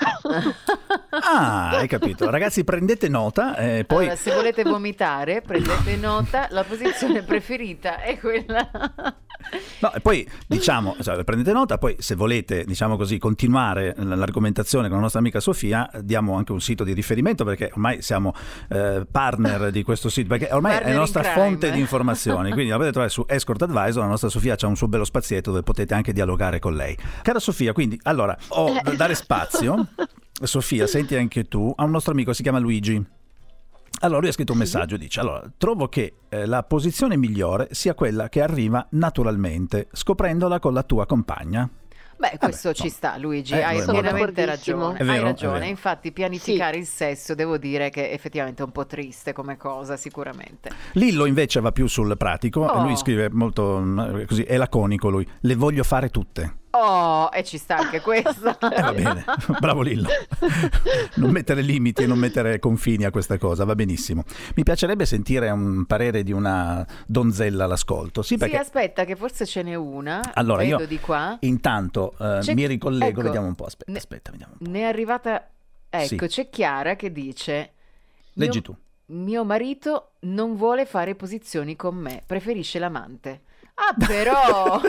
Ah, hai capito. Ragazzi, prendete nota. Eh, poi... Allora, se volete vomitare, prendete nota, la posizione preferita è quella. No, e poi diciamo, cioè, prendete nota, poi se volete, diciamo così, continuare l- l'argomentazione con la nostra amica Sofia, diamo anche un sito di riferimento, perché ormai siamo eh, partner di questo sito, perché ormai Partner è la nostra in crime. fonte di informazioni, quindi la potete trovare su Escort Advisor. La nostra Sofia c'ha un suo bello spazietto dove potete anche dialogare con lei. Cara Sofia, quindi, allora, ho da dare spazio. Sofia, senti anche tu, a un nostro amico, si chiama Luigi. Allora lui ha scritto un messaggio, dice: allora, trovo che eh, la posizione migliore sia quella che arriva naturalmente, scoprendola con la tua compagna. Beh, questo Vabbè, ci no. sta, Luigi, Eh, hai vabbè, pienamente d'accordissimo. ragione. È vero, hai è ragione. vero. Infatti, pianificare il sesso, devo dire che effettivamente è un po' triste come cosa, sicuramente. Lillo invece va più sul pratico, Oh. lui scrive molto mm, così, è laconico lui, le voglio fare tutte. Oh, e ci sta anche questo. Eh, va bene, bravo Lillo. Non mettere limiti e non mettere confini a questa cosa, va benissimo. Mi piacerebbe sentire un parere di una donzella all'ascolto. Sì, perché Sì, aspetta, che forse ce n'è una. allora vedo io di qua. intanto eh, C'è- mi ricollego, ecco, vediamo un po', aspetta, ne- aspetta, vediamo un po'. Ne è arrivata. Ecco, Sì. c'è Chiara che dice: Leggi mio, tu. Mio marito non vuole fare posizioni con me, preferisce l'amante. Ah, però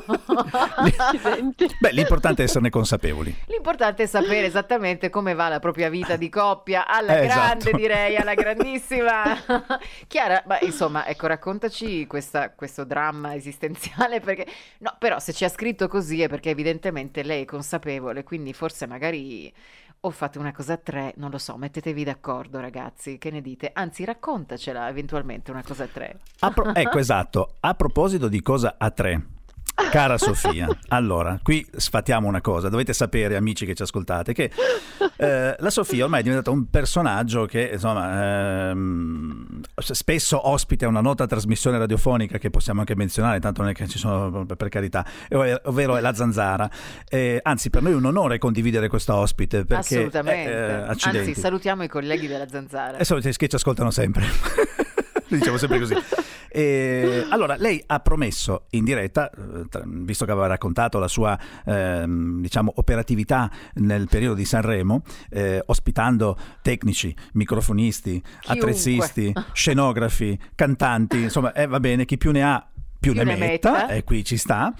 Beh, l'importante è esserne consapevoli. l'importante è sapere esattamente come va la propria vita di coppia, alla Eh, grande, esatto. direi, alla grandissima. Chiara, ma insomma, ecco, raccontaci questa- questo dramma esistenziale, perché no, però se ci ha scritto così è perché evidentemente lei è consapevole, quindi forse magari o fate una cosa a tre, non lo so, mettetevi d'accordo, ragazzi, che ne dite? Anzi, raccontacela eventualmente una cosa a tre. A pro- ecco, esatto. A proposito di cosa a tre, cara Sofia, allora, qui sfatiamo una cosa. Dovete sapere, amici che ci ascoltate, che eh, la Sofia ormai è diventata un personaggio che, insomma, ehm, spesso ospita una nota trasmissione radiofonica che possiamo anche menzionare, tanto non è che ci sono, per carità, ov- ovvero è la Zanzara. Eh, anzi, per noi è un onore condividere questa ospite, perché Assolutamente. eh, eh, accidenti. Anzi, salutiamo i colleghi della Zanzara. E sono che ci ascoltano sempre. Diciamo sempre così. E, allora, lei ha promesso in diretta, eh, tra- visto che aveva raccontato la sua ehm, diciamo operatività nel periodo di Sanremo, eh, ospitando tecnici, microfonisti, attrezzisti, scenografi, cantanti, insomma, eh, va bene, chi più ne ha più, Più ne, ne metta, metta. e qui ci sta.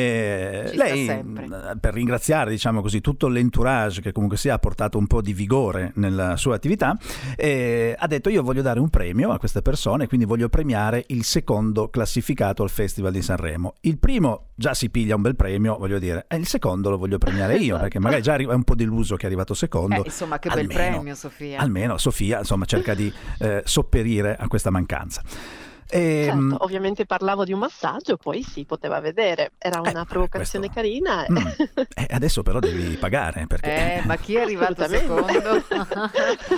E Ci sta lei, sempre. mh, per ringraziare, diciamo così, tutto l'entourage che comunque sia ha portato un po' di vigore nella sua attività, eh, ha detto: io voglio dare un premio a queste persone, quindi voglio premiare il secondo classificato al Festival di Sanremo. Il primo già si piglia un bel premio, voglio dire, e il secondo lo voglio premiare io, perché magari già arri- è un po' deluso che è arrivato secondo. Eh, insomma, che bel Almeno- premio, Sofia. Almeno Sofia, insomma, cerca di eh, sopperire a questa mancanza. E, Certo, ovviamente parlavo di un massaggio, poi si poteva vedere, era una Eh, provocazione questo- carina. e- Mm. Eh, adesso però devi pagare, perché Eh, ma chi è arrivato Assolutamente. secondo?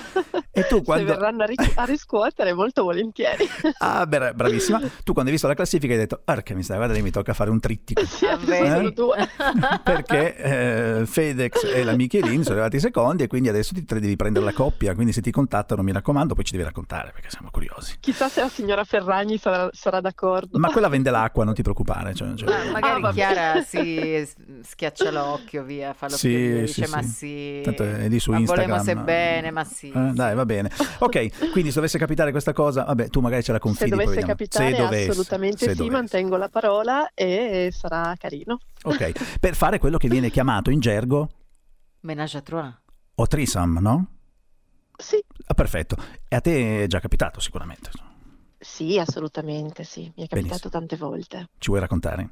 e tu Se quando verranno a, ri- a riscuotere molto volentieri. ah, beh, bravissima, tu quando hai visto la classifica hai detto: arca mi sta, guarda, lì mi tocca fare un trittico. Sì, Ah, sono vedi? due. Perché eh, Fedex e la Michelin sono arrivati secondi, e quindi adesso ti te devi prendere la coppia, quindi se ti contattano, mi raccomando, poi ci devi raccontare, perché siamo curiosi. Chissà se la signora Ferragni sarà, sarà d'accordo. Ma quella vende l'acqua, non ti preoccupare, cioè, cioè- Ma magari Ah, vabbè. Chiara si s- schiaccia l'occhio, via, fa lo Sì, più, sì, dice sì. ma sì, Tanto è lì su ma Instagram. volemo se bene, ma sì. Eh, dai, va bene. Ok, quindi se dovesse capitare questa cosa, vabbè, tu magari ce la Se confidi. poi dovesse vediamo. capitare, Se dovesse, assolutamente se sì, dovesse. mantengo la parola e sarà carino. Ok, per fare quello che viene chiamato in gergo Ménage à trois. o threesome, no? Sì, Ah, perfetto. E a te è già capitato sicuramente. sì, assolutamente sì, mi è capitato Benissimo. tante volte. Ci vuoi raccontare?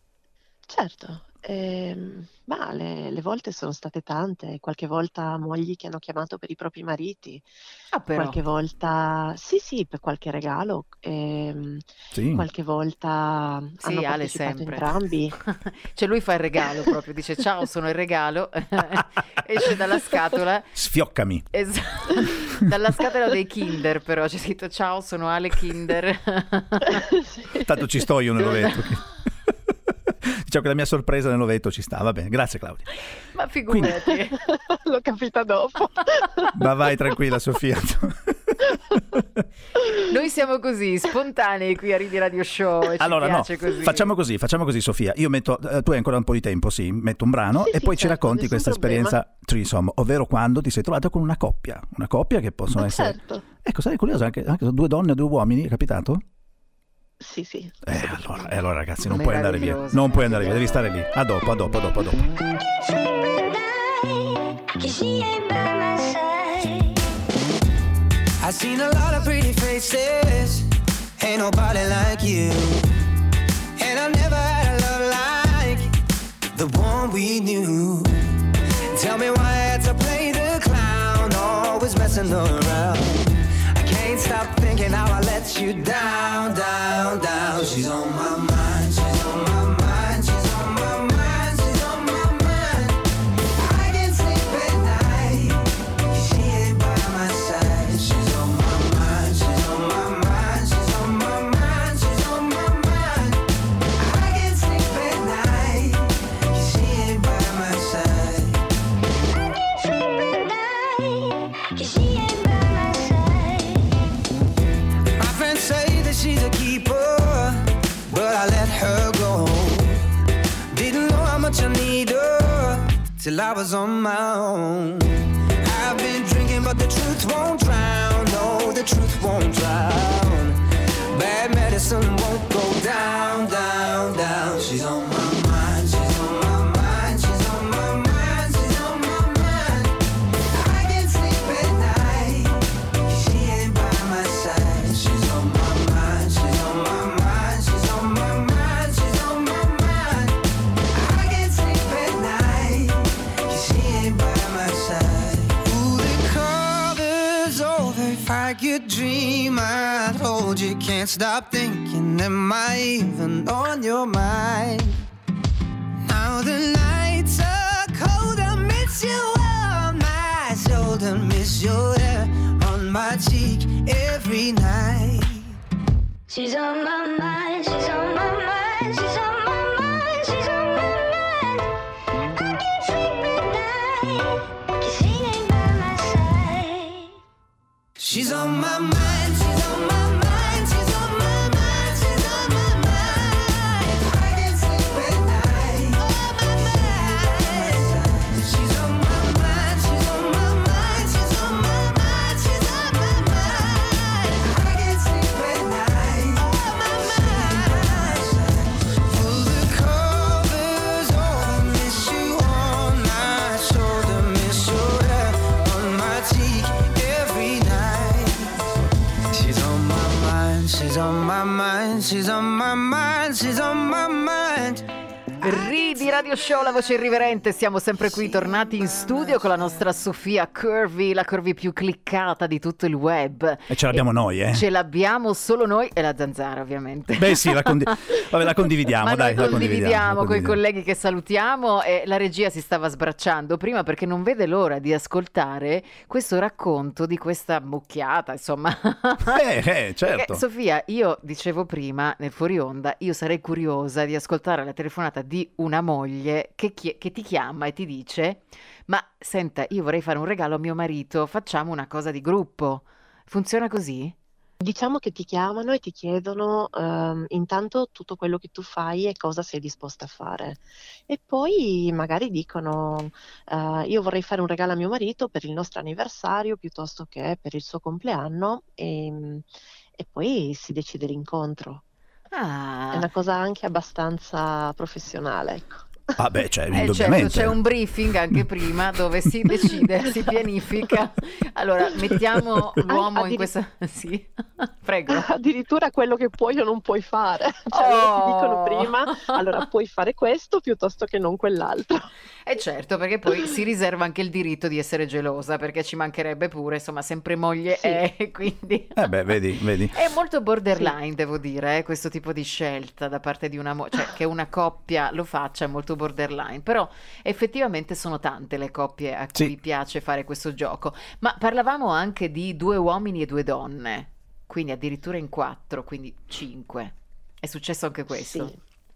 Certo, ehm, ma le, le volte sono state tante, qualche volta mogli che hanno chiamato per i propri mariti, Ah, però. qualche volta, sì sì, per qualche regalo, ehm, Sì. qualche volta Sì, hanno Ale partecipato sempre. entrambi. Cioè lui fa il regalo proprio, dice ciao, sono il regalo, esce dalla scatola, Sfioccami. esatto, dalla scatola dei Kinder, però c'è scritto ciao, sono Ale Kinder. Tanto ci sto io nello letto. Diciamo che la mia sorpresa nell'ovetto ci sta, va bene, grazie Claudia. Ma figurati. Quindi... l'ho capita dopo. Ma vai tranquilla Sofia. Noi siamo così spontanei qui a Ridi Radio Show e allora ci no, piace così. facciamo così, facciamo così Sofia, io metto, eh, tu hai ancora un po' di tempo, sì, metto un brano sì, e sì, poi certo, ci racconti questa problema. Esperienza threesome, ovvero quando ti sei trovato con una coppia, una coppia che possono Ma essere... Certo. Ecco, sarei curiosa, anche, anche due donne e due uomini, è capitato? Sì, sì. Eh, allora, eh, allora ragazzi, non puoi andare via, non puoi andare via, devi stare lì. A dopo, a dopo, a dopo, a dopo. I've seen a lot of pretty faces, ain't nobody like you. And I never had a love like the one we knew. Tell me why I had to play the clown, always messing around. I can't stop thinking how I let you down, down, down. She's on my mind, she's on my mind, she's on my mind, she's on my mind. I can't sleep at night, 'cause she ain't by my side. She's on my mind, she's on my mind, she's on my mind, she's on my mind. I can't sleep at night, 'cause she ain't by my side. I can't sleep at night, 'cause she ain't by my side. My friends say that she's a keeper, but I let her go. Didn't know how much I need her till I was on my own. I've been drinking but the truth won't drown. No, the truth won't drown. Bad medicine won't go down, down, down. She's on my mind, she's on my mind, she's on my mind, she's on my mind. I can't sleep at night, 'cause she ain't by my side. She's on my mind, she's on my mind, she's on my mind, she's on my mind. I can't sleep at night, 'cause she ain't by my side. Ooh, the cover's over. If I could dream, I'd hold you. Can't stop thinking, am I even on your mind? Now the nights are cold, I miss you on my shoulder, miss your hair on my cheek every night. She's on my mind, she's on my mind, she's on my mind, she's on my mind. I can't sleep at night, 'cause she ain't by my side. She's on my mind, she's on my mind, she's on my mind, she's on my mind. I can't sleep at night, on my mind. She's on my mind, she's on my mind, she's on my mind, she's on my mind. I can't sleep at night, on my mind. Pull the covers over, miss you on my shoulder, miss your hair on my cheek every night. She's on my mind, she's on my mind, she's on my mind, she's on my mind. Ridi Radio Show, la voce irriverente, siamo sempre qui tornati in studio con la nostra Sofia Curvy, la Curvy più cliccata di tutto il web. E ce l'abbiamo e noi, eh? Ce l'abbiamo solo noi e la Zanzara, ovviamente. Beh sì, la, condi- Vabbè, la condividiamo, Ma dai. Noi la condividiamo con i colleghi che salutiamo e la regia si stava sbracciando prima perché non vede l'ora di ascoltare questo racconto di questa mucchiata, insomma. Eh, eh, certo. Perché, Sofia, io dicevo prima nel fuori onda, io sarei curiosa di ascoltare la telefonata di una moglie che, chi- che ti chiama e ti dice: ma senta, io vorrei fare un regalo a mio marito, facciamo una cosa di gruppo. Funziona così? Diciamo che ti chiamano e ti chiedono ehm, intanto tutto quello che tu fai e cosa sei disposta a fare. E poi magari dicono eh, io vorrei fare un regalo a mio marito per il nostro anniversario piuttosto che per il suo compleanno e, e poi si decide l'incontro. Ah. È una cosa anche abbastanza professionale, ecco. Ah beh, cioè, eh, indubbiamente. Certo, c'è un briefing anche prima dove si decide, si pianifica. Allora, mettiamo l'uomo Addir- in questa... Sì, prego. Addirittura quello che puoi o non puoi fare. Cioè, oh. ti dicono prima, allora puoi fare questo piuttosto che non quell'altro. E certo, perché poi si riserva anche il diritto di essere gelosa, perché ci mancherebbe pure, insomma, sempre moglie sì. è, quindi... Eh beh, vedi, vedi. È molto borderline, sì. devo dire, eh, questo tipo di scelta da parte di una moglie, cioè che una coppia lo faccia è molto borderline, però effettivamente sono tante le coppie a cui sì. piace fare questo gioco. Ma parlavamo anche di due uomini e due donne, quindi addirittura in quattro, quindi cinque. È successo anche questo? Sì.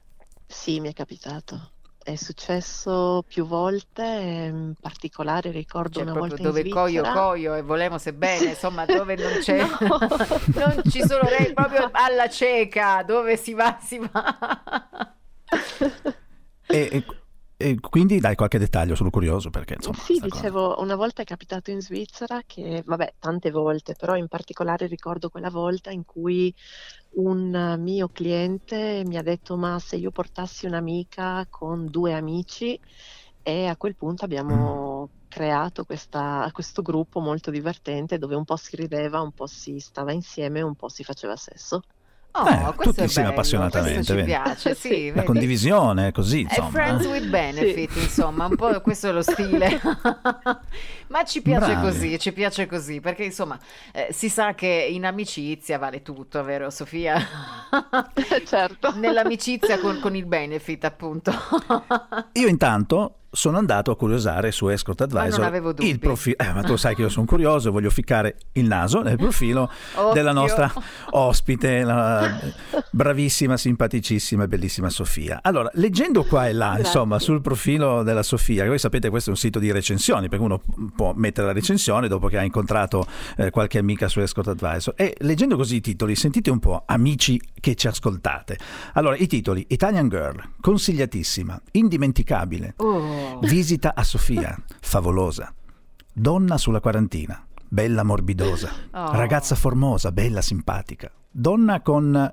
Sì, mi è capitato. È successo più volte, in particolare ricordo cioè, una proprio volta dove in Svizzera. coio coio e volemo se bene, insomma, dove non c'è no. non ci sono lei, proprio alla cieca, dove si va si va. e, e, e quindi dai qualche dettaglio, sono curioso perché insomma. Sì, dicevo, cosa... una volta è capitato in Svizzera che, vabbè, tante volte, però in particolare ricordo quella volta in cui un mio cliente mi ha detto: ma se io portassi un'amica con due amici, e a quel punto abbiamo mm. creato questa, questo gruppo molto divertente dove un po' si rideva, un po' si stava insieme, un po' si faceva sesso. Oh, eh, questo tutti è insieme bello, appassionatamente, questo ci vedi? piace, sì, La vedi? condivisione, così insomma. È friends with benefit, sì. Insomma, un po' questo è lo stile. Ma ci piace Bravi. così, ci piace così, perché insomma eh, si sa che in amicizia vale tutto, vero Sofia? Certo. Nell'amicizia con, con il benefit, appunto. Io intanto sono andato a curiosare su Escort Advisor. Ma non avevo dubbi. Il profilo, eh, ma tu sai che io sono curioso, voglio ficcare il naso nel profilo della nostra ospite, la bravissima, simpaticissima e bellissima Sofia. Allora, leggendo qua e là, Grazie. insomma, sul profilo della Sofia, che voi sapete questo è un sito di recensioni, perché uno può mettere la recensione dopo che ha incontrato eh, qualche amica su Escort Advisor. E leggendo così i titoli, sentite un po', amici che ci ascoltate. Allora, i titoli: Italian Girl, consigliatissima, indimenticabile. Oh. Visita a Sofia, favolosa. Donna sulla quarantina, bella morbidosa. Oh. Ragazza formosa, bella simpatica. Donna con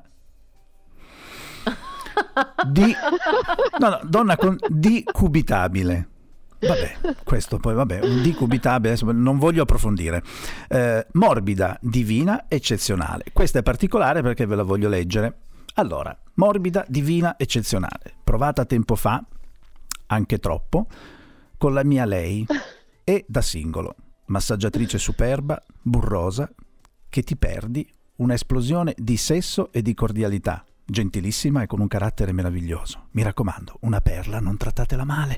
di no, no, donna con dicubitabile. Vabbè, questo poi vabbè, un dicubitabile, non voglio approfondire. Eh, morbida, divina, eccezionale. Questa è particolare perché ve la voglio leggere. Allora, morbida, divina, eccezionale. Provata tempo fa, anche troppo, con la mia lei e da singolo, massaggiatrice superba, burrosa, che ti perdi, una esplosione di sesso e di cordialità, gentilissima e con un carattere meraviglioso. Mi raccomando, una perla, non trattatela male.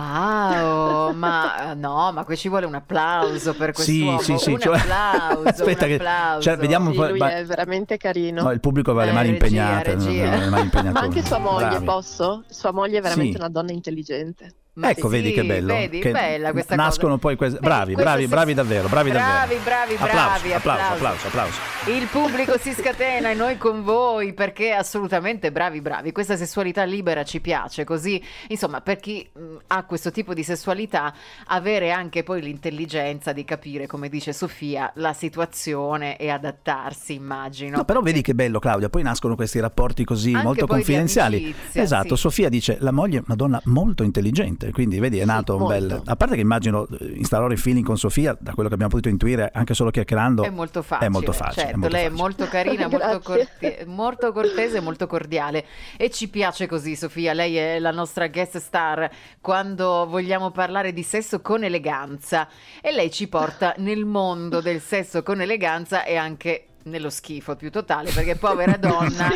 Wow, ma no, ma qui ci vuole un applauso per Sì, quest'uomo, sì, sì, un cioè- applauso, Aspetta un che- applauso. cioè, vediamo un Sì, po'- lui ma- è veramente carino. No, il pubblico aveva le Eh, mani regia, impegnate. regia. aveva le mani impegnate. Ma anche sua moglie, Bravi. posso? Sua moglie è veramente Sì. una donna intelligente. Ma Ecco, sì, vedi che bello. vedi, che bella questa nascono cosa. poi queste. Vedi, Bravi, questa bravi, si- bravi davvero, bravi, bravi, davvero. bravi, Applauso, bravi, applauso, applausi. applauso, applauso. Il pubblico si scatena e noi con voi, perché assolutamente bravi, bravi. Questa sessualità libera ci piace, così insomma, per chi mh, ha questo tipo di sessualità, avere anche poi l'intelligenza di capire, come dice Sofia, la situazione e adattarsi, immagino. No, però vedi che bello, Claudia, poi nascono questi rapporti così Anche molto poi di confidenziali. amicizia, Esatto, sì. Sofia dice la moglie è una donna molto intelligente, quindi vedi è Sì, nato un molto. bel. A parte che immagino eh, instaurare il feeling con Sofia, da quello che abbiamo potuto intuire anche solo chiacchierando. È molto facile, È molto facile. certo, è molto lei è facile. molto carina, molto, Grazie. corte- molto cortese, molto cordiale e ci piace così. Sofia, lei è la nostra guest star quando vogliamo parlare di sesso con eleganza e lei ci porta nel mondo del sesso con eleganza e anche nello schifo più totale, perché povera donna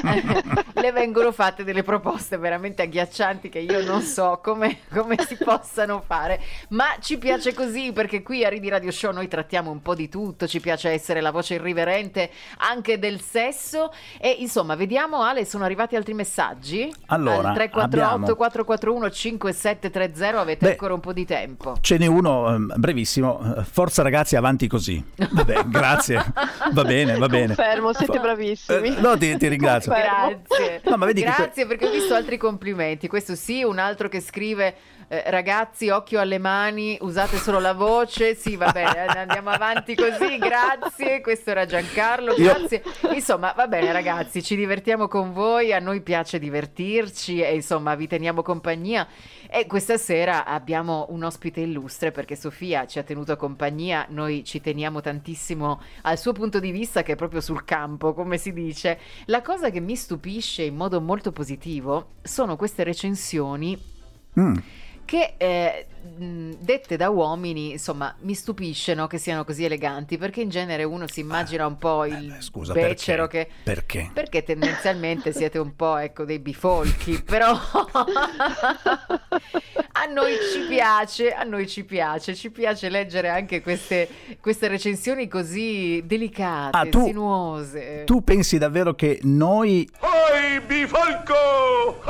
le vengono fatte delle proposte veramente agghiaccianti che io non so come, come si possano fare, ma ci piace così perché qui a Ridi Radio Show noi trattiamo un po' di tutto, ci piace essere la voce irriverente anche del sesso e insomma vediamo Ale, sono arrivati altri messaggi? Allora, al tre quattro otto abbiamo- quattro quattro uno cinque sette tre zero avete Beh, ancora un po' di tempo. Ce n'è uno ehm, brevissimo. Eh, Forza ragazzi, avanti così. Vabbè, grazie. Va bene, va bene. Confermo, siete bravissimi. Eh, no, ti, ti ringrazio. Confermo. Grazie, No, ma vedi che- grazie perché ho visto altri complimenti. Questo sì, un altro che scrive eh, ragazzi, occhio alle mani, usate solo la voce. Sì, va bene, andiamo avanti così. Grazie. Questo era Giancarlo. Io- Grazie. Insomma, va bene, ragazzi, ci divertiamo con voi. A noi piace divertirci e insomma vi teniamo compagnia. E questa sera abbiamo un ospite illustre perché Sofia ci ha tenuto compagnia, noi ci teniamo tantissimo al suo punto di vista che è proprio sul campo, come si dice. La cosa che mi stupisce in modo molto positivo sono queste recensioni Mm. che eh, mh, dette da uomini, insomma, mi stupisce, no, che siano così eleganti, perché in genere uno si immagina un po' il Eh, scusa, becero perché? che Perché? perché tendenzialmente siete un po', ecco, dei bifolchi, però a noi ci piace, a noi ci piace, ci piace leggere anche queste, queste recensioni così delicate, Ah, tu- sinuose. Tu pensi davvero che noi Oi, bifolco!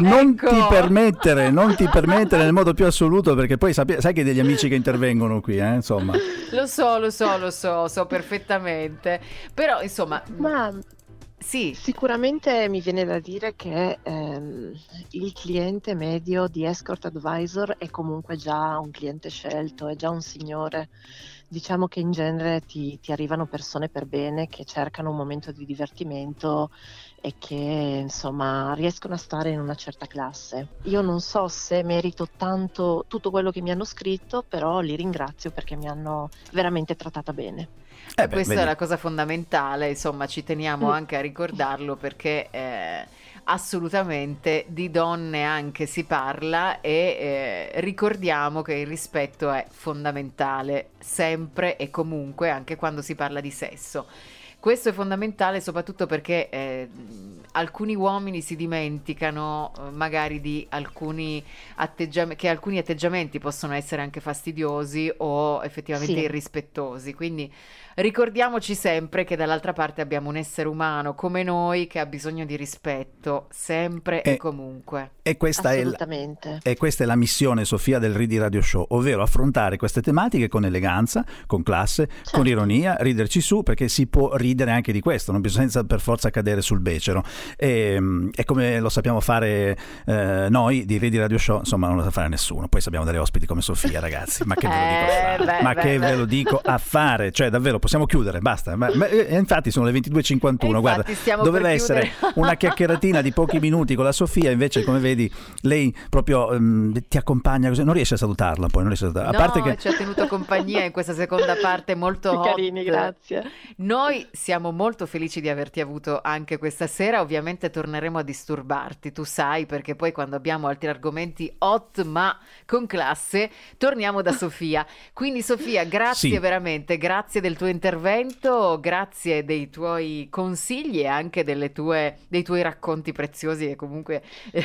non ecco. ti permettere, non ti permettere nel modo più assoluto, perché poi sapi, sai che hai degli amici che intervengono qui, eh, insomma. Lo so, lo so, lo so, so perfettamente. Però, insomma... Ma... Sì. Sicuramente mi viene da dire che ehm, il cliente medio di Escort Advisor è comunque già un cliente scelto, è già un signore. Diciamo che in genere ti, ti arrivano persone per bene che cercano un momento di divertimento e che insomma riescono a stare in una certa classe. Io non so se merito tanto tutto quello che mi hanno scritto, però li ringrazio perché mi hanno veramente trattata bene. Eh beh, Questa vedi. è la cosa fondamentale, insomma, ci teniamo Mm. anche a ricordarlo perché eh, assolutamente di donne anche si parla e eh, ricordiamo che il rispetto è fondamentale sempre e comunque, anche quando si parla di sesso. Questo è fondamentale soprattutto perché eh, alcuni uomini si dimenticano eh, magari di alcuni atteggiamenti, che alcuni atteggiamenti possono essere anche fastidiosi o effettivamente Sì. irrispettosi. Quindi ricordiamoci sempre che dall'altra parte abbiamo un essere umano come noi che ha bisogno di rispetto sempre e, E- comunque. E questa, è la, Assolutamente. e questa è la missione, Sofia, del Ridi Radio Show, ovvero affrontare queste tematiche con eleganza, con classe, con ironia, riderci su, perché si può ridere anche di questo, non bisogna senza per forza cadere sul becero. E, e come lo sappiamo fare eh, noi di Ridi Radio Show, insomma non lo sa fare nessuno. Poi sappiamo delle ospiti come Sofia, ragazzi, ma che ve lo dico a Eh, fare? beh, ma beh, che beh. ve lo dico a fare? Cioè davvero possiamo chiudere, basta. Ma, ma, eh, infatti sono le ventidue e cinquantuno, E guarda, infatti stiamo doveva per essere chiudere. una chiacchieratina di pochi minuti con la Sofia, invece come vedi lei proprio ehm, ti accompagna così, non riesce a salutarla poi, non riesce a salutarla. No, A parte che ci ha tenuto compagnia in questa seconda parte molto Che hot. carini, grazie. Noi siamo molto felici di averti avuto anche questa sera, ovviamente torneremo a disturbarti, tu sai, perché poi quando abbiamo altri argomenti hot ma con classe torniamo da Sofia. Quindi Sofia, grazie Sì. veramente, grazie del tuo intervento, grazie dei tuoi consigli e anche delle tue, dei tuoi racconti preziosi che comunque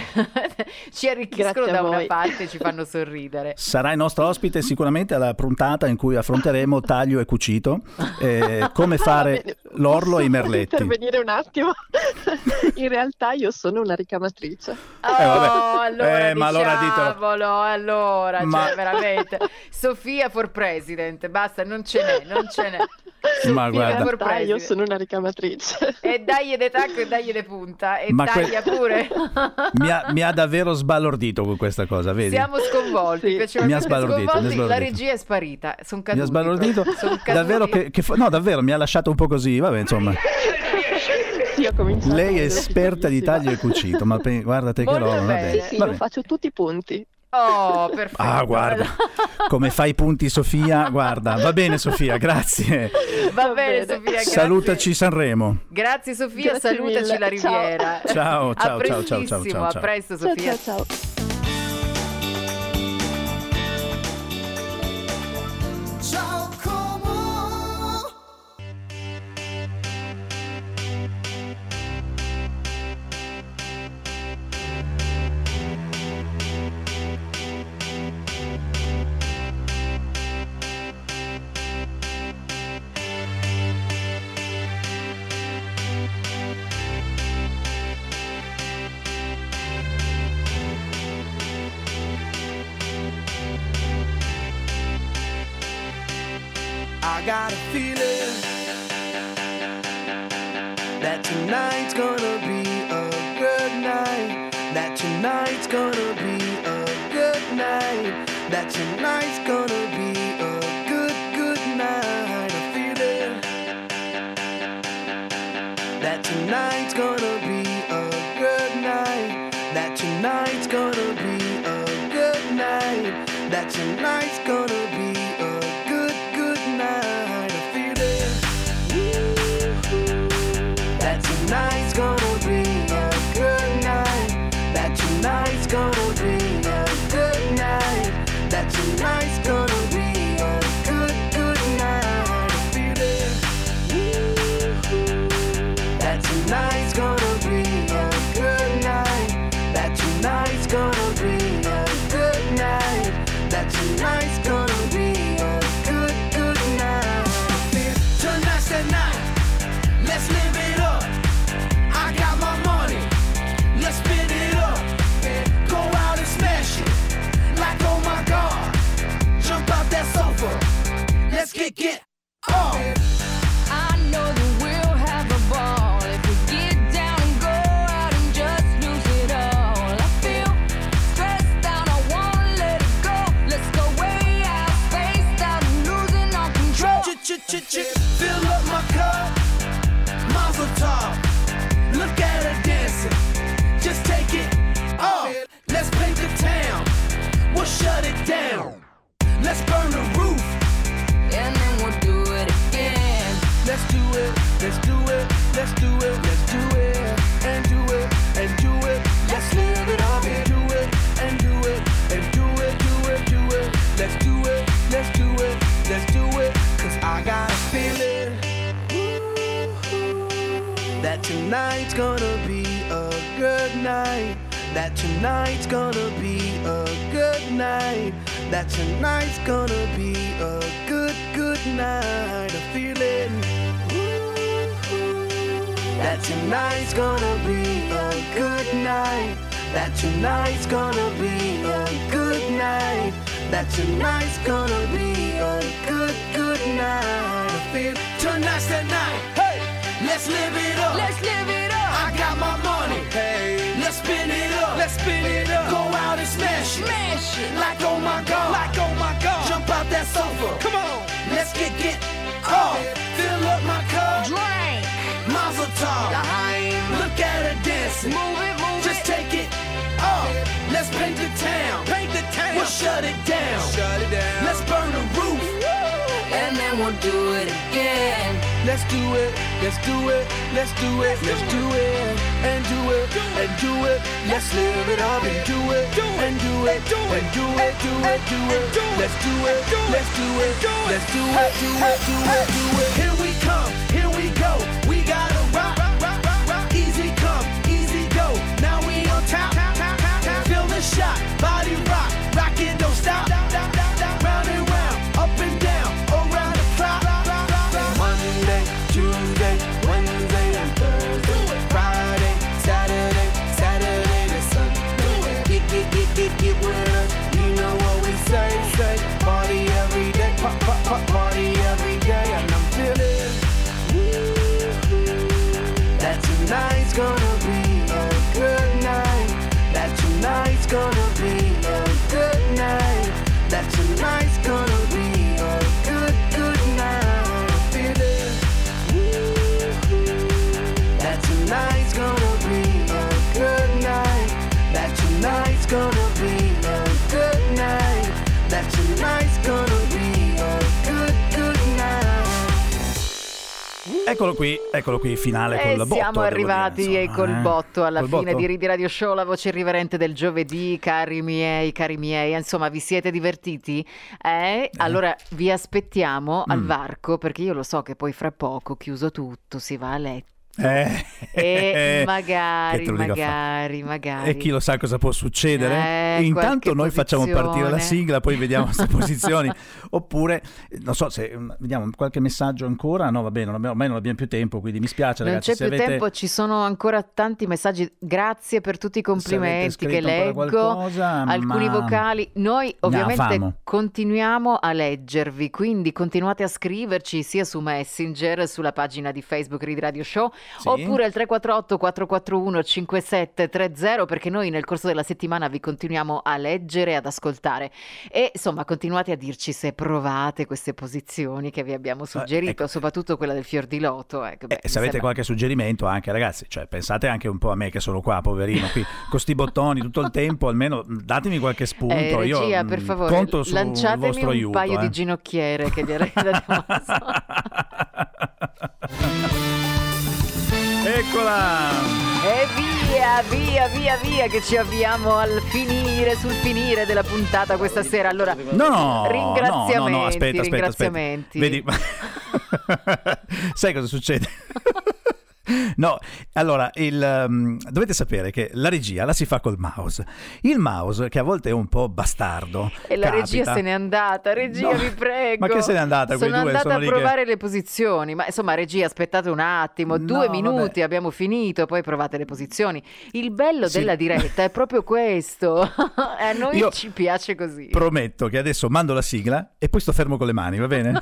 ci arricchiscono Grazie a da una voi. parte e ci fanno sorridere. sarai nostra ospite sicuramente alla puntata in cui affronteremo taglio e cucito, eh, come fare Bene, l'orlo e i posso merletti. intervenire un attimo? In realtà io sono una ricamatrice. Oh, Eh, vabbè. allora Eh, ma allora ditelo. diciamolo, allora, Ma- cioè veramente Sofia for president, basta, non ce n'è, non ce n'è. Ma In guarda, for realtà io president. sono una ricamatrice. E dagli de tacco e dagli de punta e Ma que- taglia pure. mi ha, mi ha davvero sbalordito con questa cosa, vedi? Siamo sconvolti, Sì. piacevolmente Mi ha sbalordito, mi ha sconvolti. La sbalordito. regia è sparita, sono Mi caduti. ha sbalordito, Son caduti. davvero che, che fa- no davvero mi ha lasciato un po' così, vabbè insomma. Sì, ho cominciato Lei è a vedere esperta di difficilissima. taglio e cucito, ma pe- guardate che Molto roba, bene. vabbè. Sì, sì, Vabbè. io faccio tutti i punti. Oh, perfetto. Ah, guarda, come fai i punti Sofia, guarda, va bene Sofia, grazie. Va Va bene, bene. Sofia, grazie. Salutaci Sanremo. Grazie Sofia, Grazie salutaci mille. la Riviera. Ciao, A ciao, ciao, ciao, ciao, prestissimo, ciao, a ciao. presto Ciao, Sofia. ciao, ciao. Ciao como I got a feeling that tonight's gonna be a good night. That tonight's gonna be a good night. That tonight's gonna be a good, good night. A feeling that tonight's gonna be a good night. That tonight's gonna be a good night. That tonight's gonna be a good, good night. A feeling that tonight's gonna be a good night. That tonight's gonna be a good night. That tonight's gonna be a good, good night. A feeling that tonight's gonna be a good night. That tonight's gonna be a good night. That tonight's gonna be a good night. That tonight's gonna be a good night. That tonight's gonna be a good, good night. I feel it. That tonight's gonna be a good night. That tonight's gonna be a good night. That tonight's gonna be a good, good night. I feel tonight's the night. Hey, let's live it up. Let's live it up. I got my money. Hey, let's spin it up. Let's spin it up. Go out and smash it. Smash it. Like oh my god. Like oh my god. Jump out that sofa. Come on. Let's get get off. Fill up my cup. Drink. Mazel tov. Look at her dancing. Move it, move Just it. Take it off. Let's paint the town. Paint the town. We'll shut it down. Shut it down. Let's burn the roof. And then we'll do it again. Let's do it. Let's do it. Let's do it. Let's do it. And do it. And do it. Let's live it up and do it. And do it. And do it. Do it. Do it. Let's do it. Let's do it. Let's do it. Do it. Do it. Do it. Here we come. Here we go. We gotta rock. Easy come. Easy go. Now we on top. Feel the shot. Body rock. Rock it. Don't stop. Round and round. Up and down. Around the clock. Monday, Tuesday, Wednesday, and Thursday. Friday, Saturday, Saturday to Sunday. Get, get, get, get, get with us. You know what we say, say. Party every day. Pop, pop, pop, party every day. And I'm feeling that tonight's gonna be a good night. That tonight's gonna be a good night. That tonight's gonna be a good, good night. I feel it. That tonight's gonna be a good night. That tonight's gonna be a good night. That tonight's gonna be a good, good night. Eccolo qui, eccolo qui, finale e col botto. Siamo arrivati dire, e col eh? botto alla col fine botto? di Ridi Radio Show, la voce irriverente del giovedì, cari miei, cari miei. Insomma, vi siete divertiti? Eh? Eh. Allora vi aspettiamo mm. al varco, perché io lo so che poi fra poco, chiuso tutto, si va a letto. Eh, e magari, magari, magari. E chi lo sa cosa può succedere? Eh, Intanto noi posizione. facciamo partire la sigla, poi vediamo queste posizioni. Oppure, non so se vediamo qualche messaggio ancora. No, va bene, non abbiamo, ormai non abbiamo più tempo, quindi mi spiace, non ragazzi. c'è se più avete... tempo, ci sono ancora tanti messaggi. Grazie per tutti i complimenti che leggo. Qualcosa, alcuni ma... vocali. Noi ovviamente no, continuiamo a leggervi, quindi continuate a scriverci sia su Messenger, sulla pagina di Facebook Ridi Radio Show. Sì. Oppure al tre quattro otto quattro quattro uno cinque sette tre zero, perché noi nel corso della settimana vi continuiamo a leggere e ad ascoltare. E insomma continuate a dirci se provate queste posizioni che vi abbiamo suggerito, eh, ecco. soprattutto quella del fior di loto. Ecco, beh, eh, se avete sembra... qualche suggerimento anche, ragazzi, cioè pensate anche un po' a me che sono qua, poverino, qui con sti bottoni tutto il tempo, almeno datemi qualche spunto. Eh, regia, io per favore, conto sul lanciatemi vostro un aiuto, paio eh. di ginocchiere che direi da Eccola! E via, via, via, via, che ci avviamo al finire, sul finire della puntata questa sera. Allora, no, ringraziamenti, no, no, no, aspetta, ringraziamenti. Aspetta, aspetta. Vedi, sai cosa succede? No, allora il, um, dovete sapere che la regia la si fa col mouse. Il mouse, che a volte è un po' bastardo. E la capita. regia se n'è andata. Regia, no, vi prego. Ma che se n'è andata? Sono quei due andata sono a provare che... le posizioni. Ma insomma, regia, aspettate un attimo, no, due minuti, vabbè. abbiamo finito, poi provate le posizioni. Il bello sì. della diretta è proprio questo. A noi Io ci piace così. Prometto che adesso mando la sigla e poi sto fermo con le mani, va bene?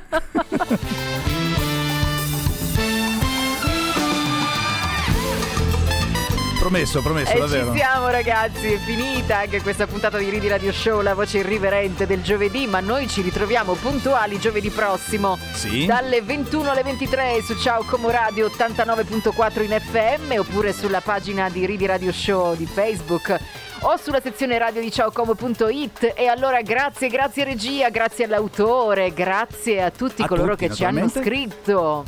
Promesso, promesso, e davvero. Ci siamo, ragazzi, è finita anche questa puntata di Ridi Radio Show, la voce irriverente del giovedì, ma noi ci ritroviamo puntuali giovedì prossimo, sì. dalle ventuno alle ventitré su Ciao Como Radio ottantanove virgola quattro in F M, oppure sulla pagina di Ridi Radio Show di Facebook o sulla sezione radio di ciaocomo punto it. E allora grazie, grazie regia, grazie all'autore, grazie a tutti a coloro tutti, che ci hanno scritto.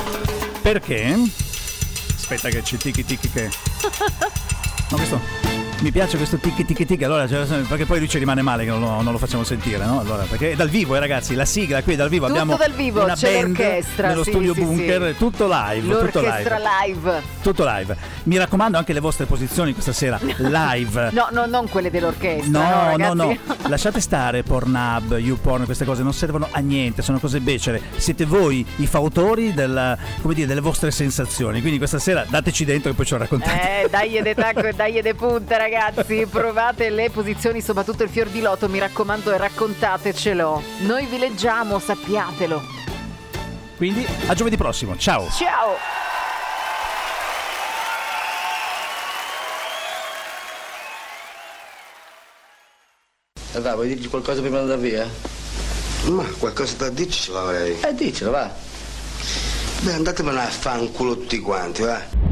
Perché? Aspetta che ci ticchi ticchi che... No, questo... Mi piace questo tic tic tic, allora, cioè, perché poi lui ci rimane male che non lo, non lo facciamo sentire, no? Allora, perché è dal vivo, eh, ragazzi, la sigla qui dal vivo, tutto abbiamo dal vivo, una c'è band l'orchestra nello sì, studio sì, bunker, sì. tutto live, l'orchestra tutto live. live, tutto live. Mi raccomando anche le vostre posizioni questa sera live. no, no, non quelle dell'orchestra. No, no, no, no, lasciate stare Pornhub, YouPorn, queste cose non servono a niente, sono cose becere. Siete voi i fautori del, come dire, delle vostre sensazioni. Quindi questa sera dateci dentro e poi ce lo raccontate. Eh, dai de tacco e dai de punta, ragazzi. Provate le posizioni, soprattutto il fior di loto, mi raccomando, e raccontatecelo. Noi vi leggiamo, sappiatelo. Quindi a giovedì prossimo, ciao. Ciao. Va, vuoi dirci qualcosa prima di andare via? Ma qualcosa da dirci ce l'avrei. Eh, dicelo, va. Beh, andatevene a fanculo tutti quanti, va.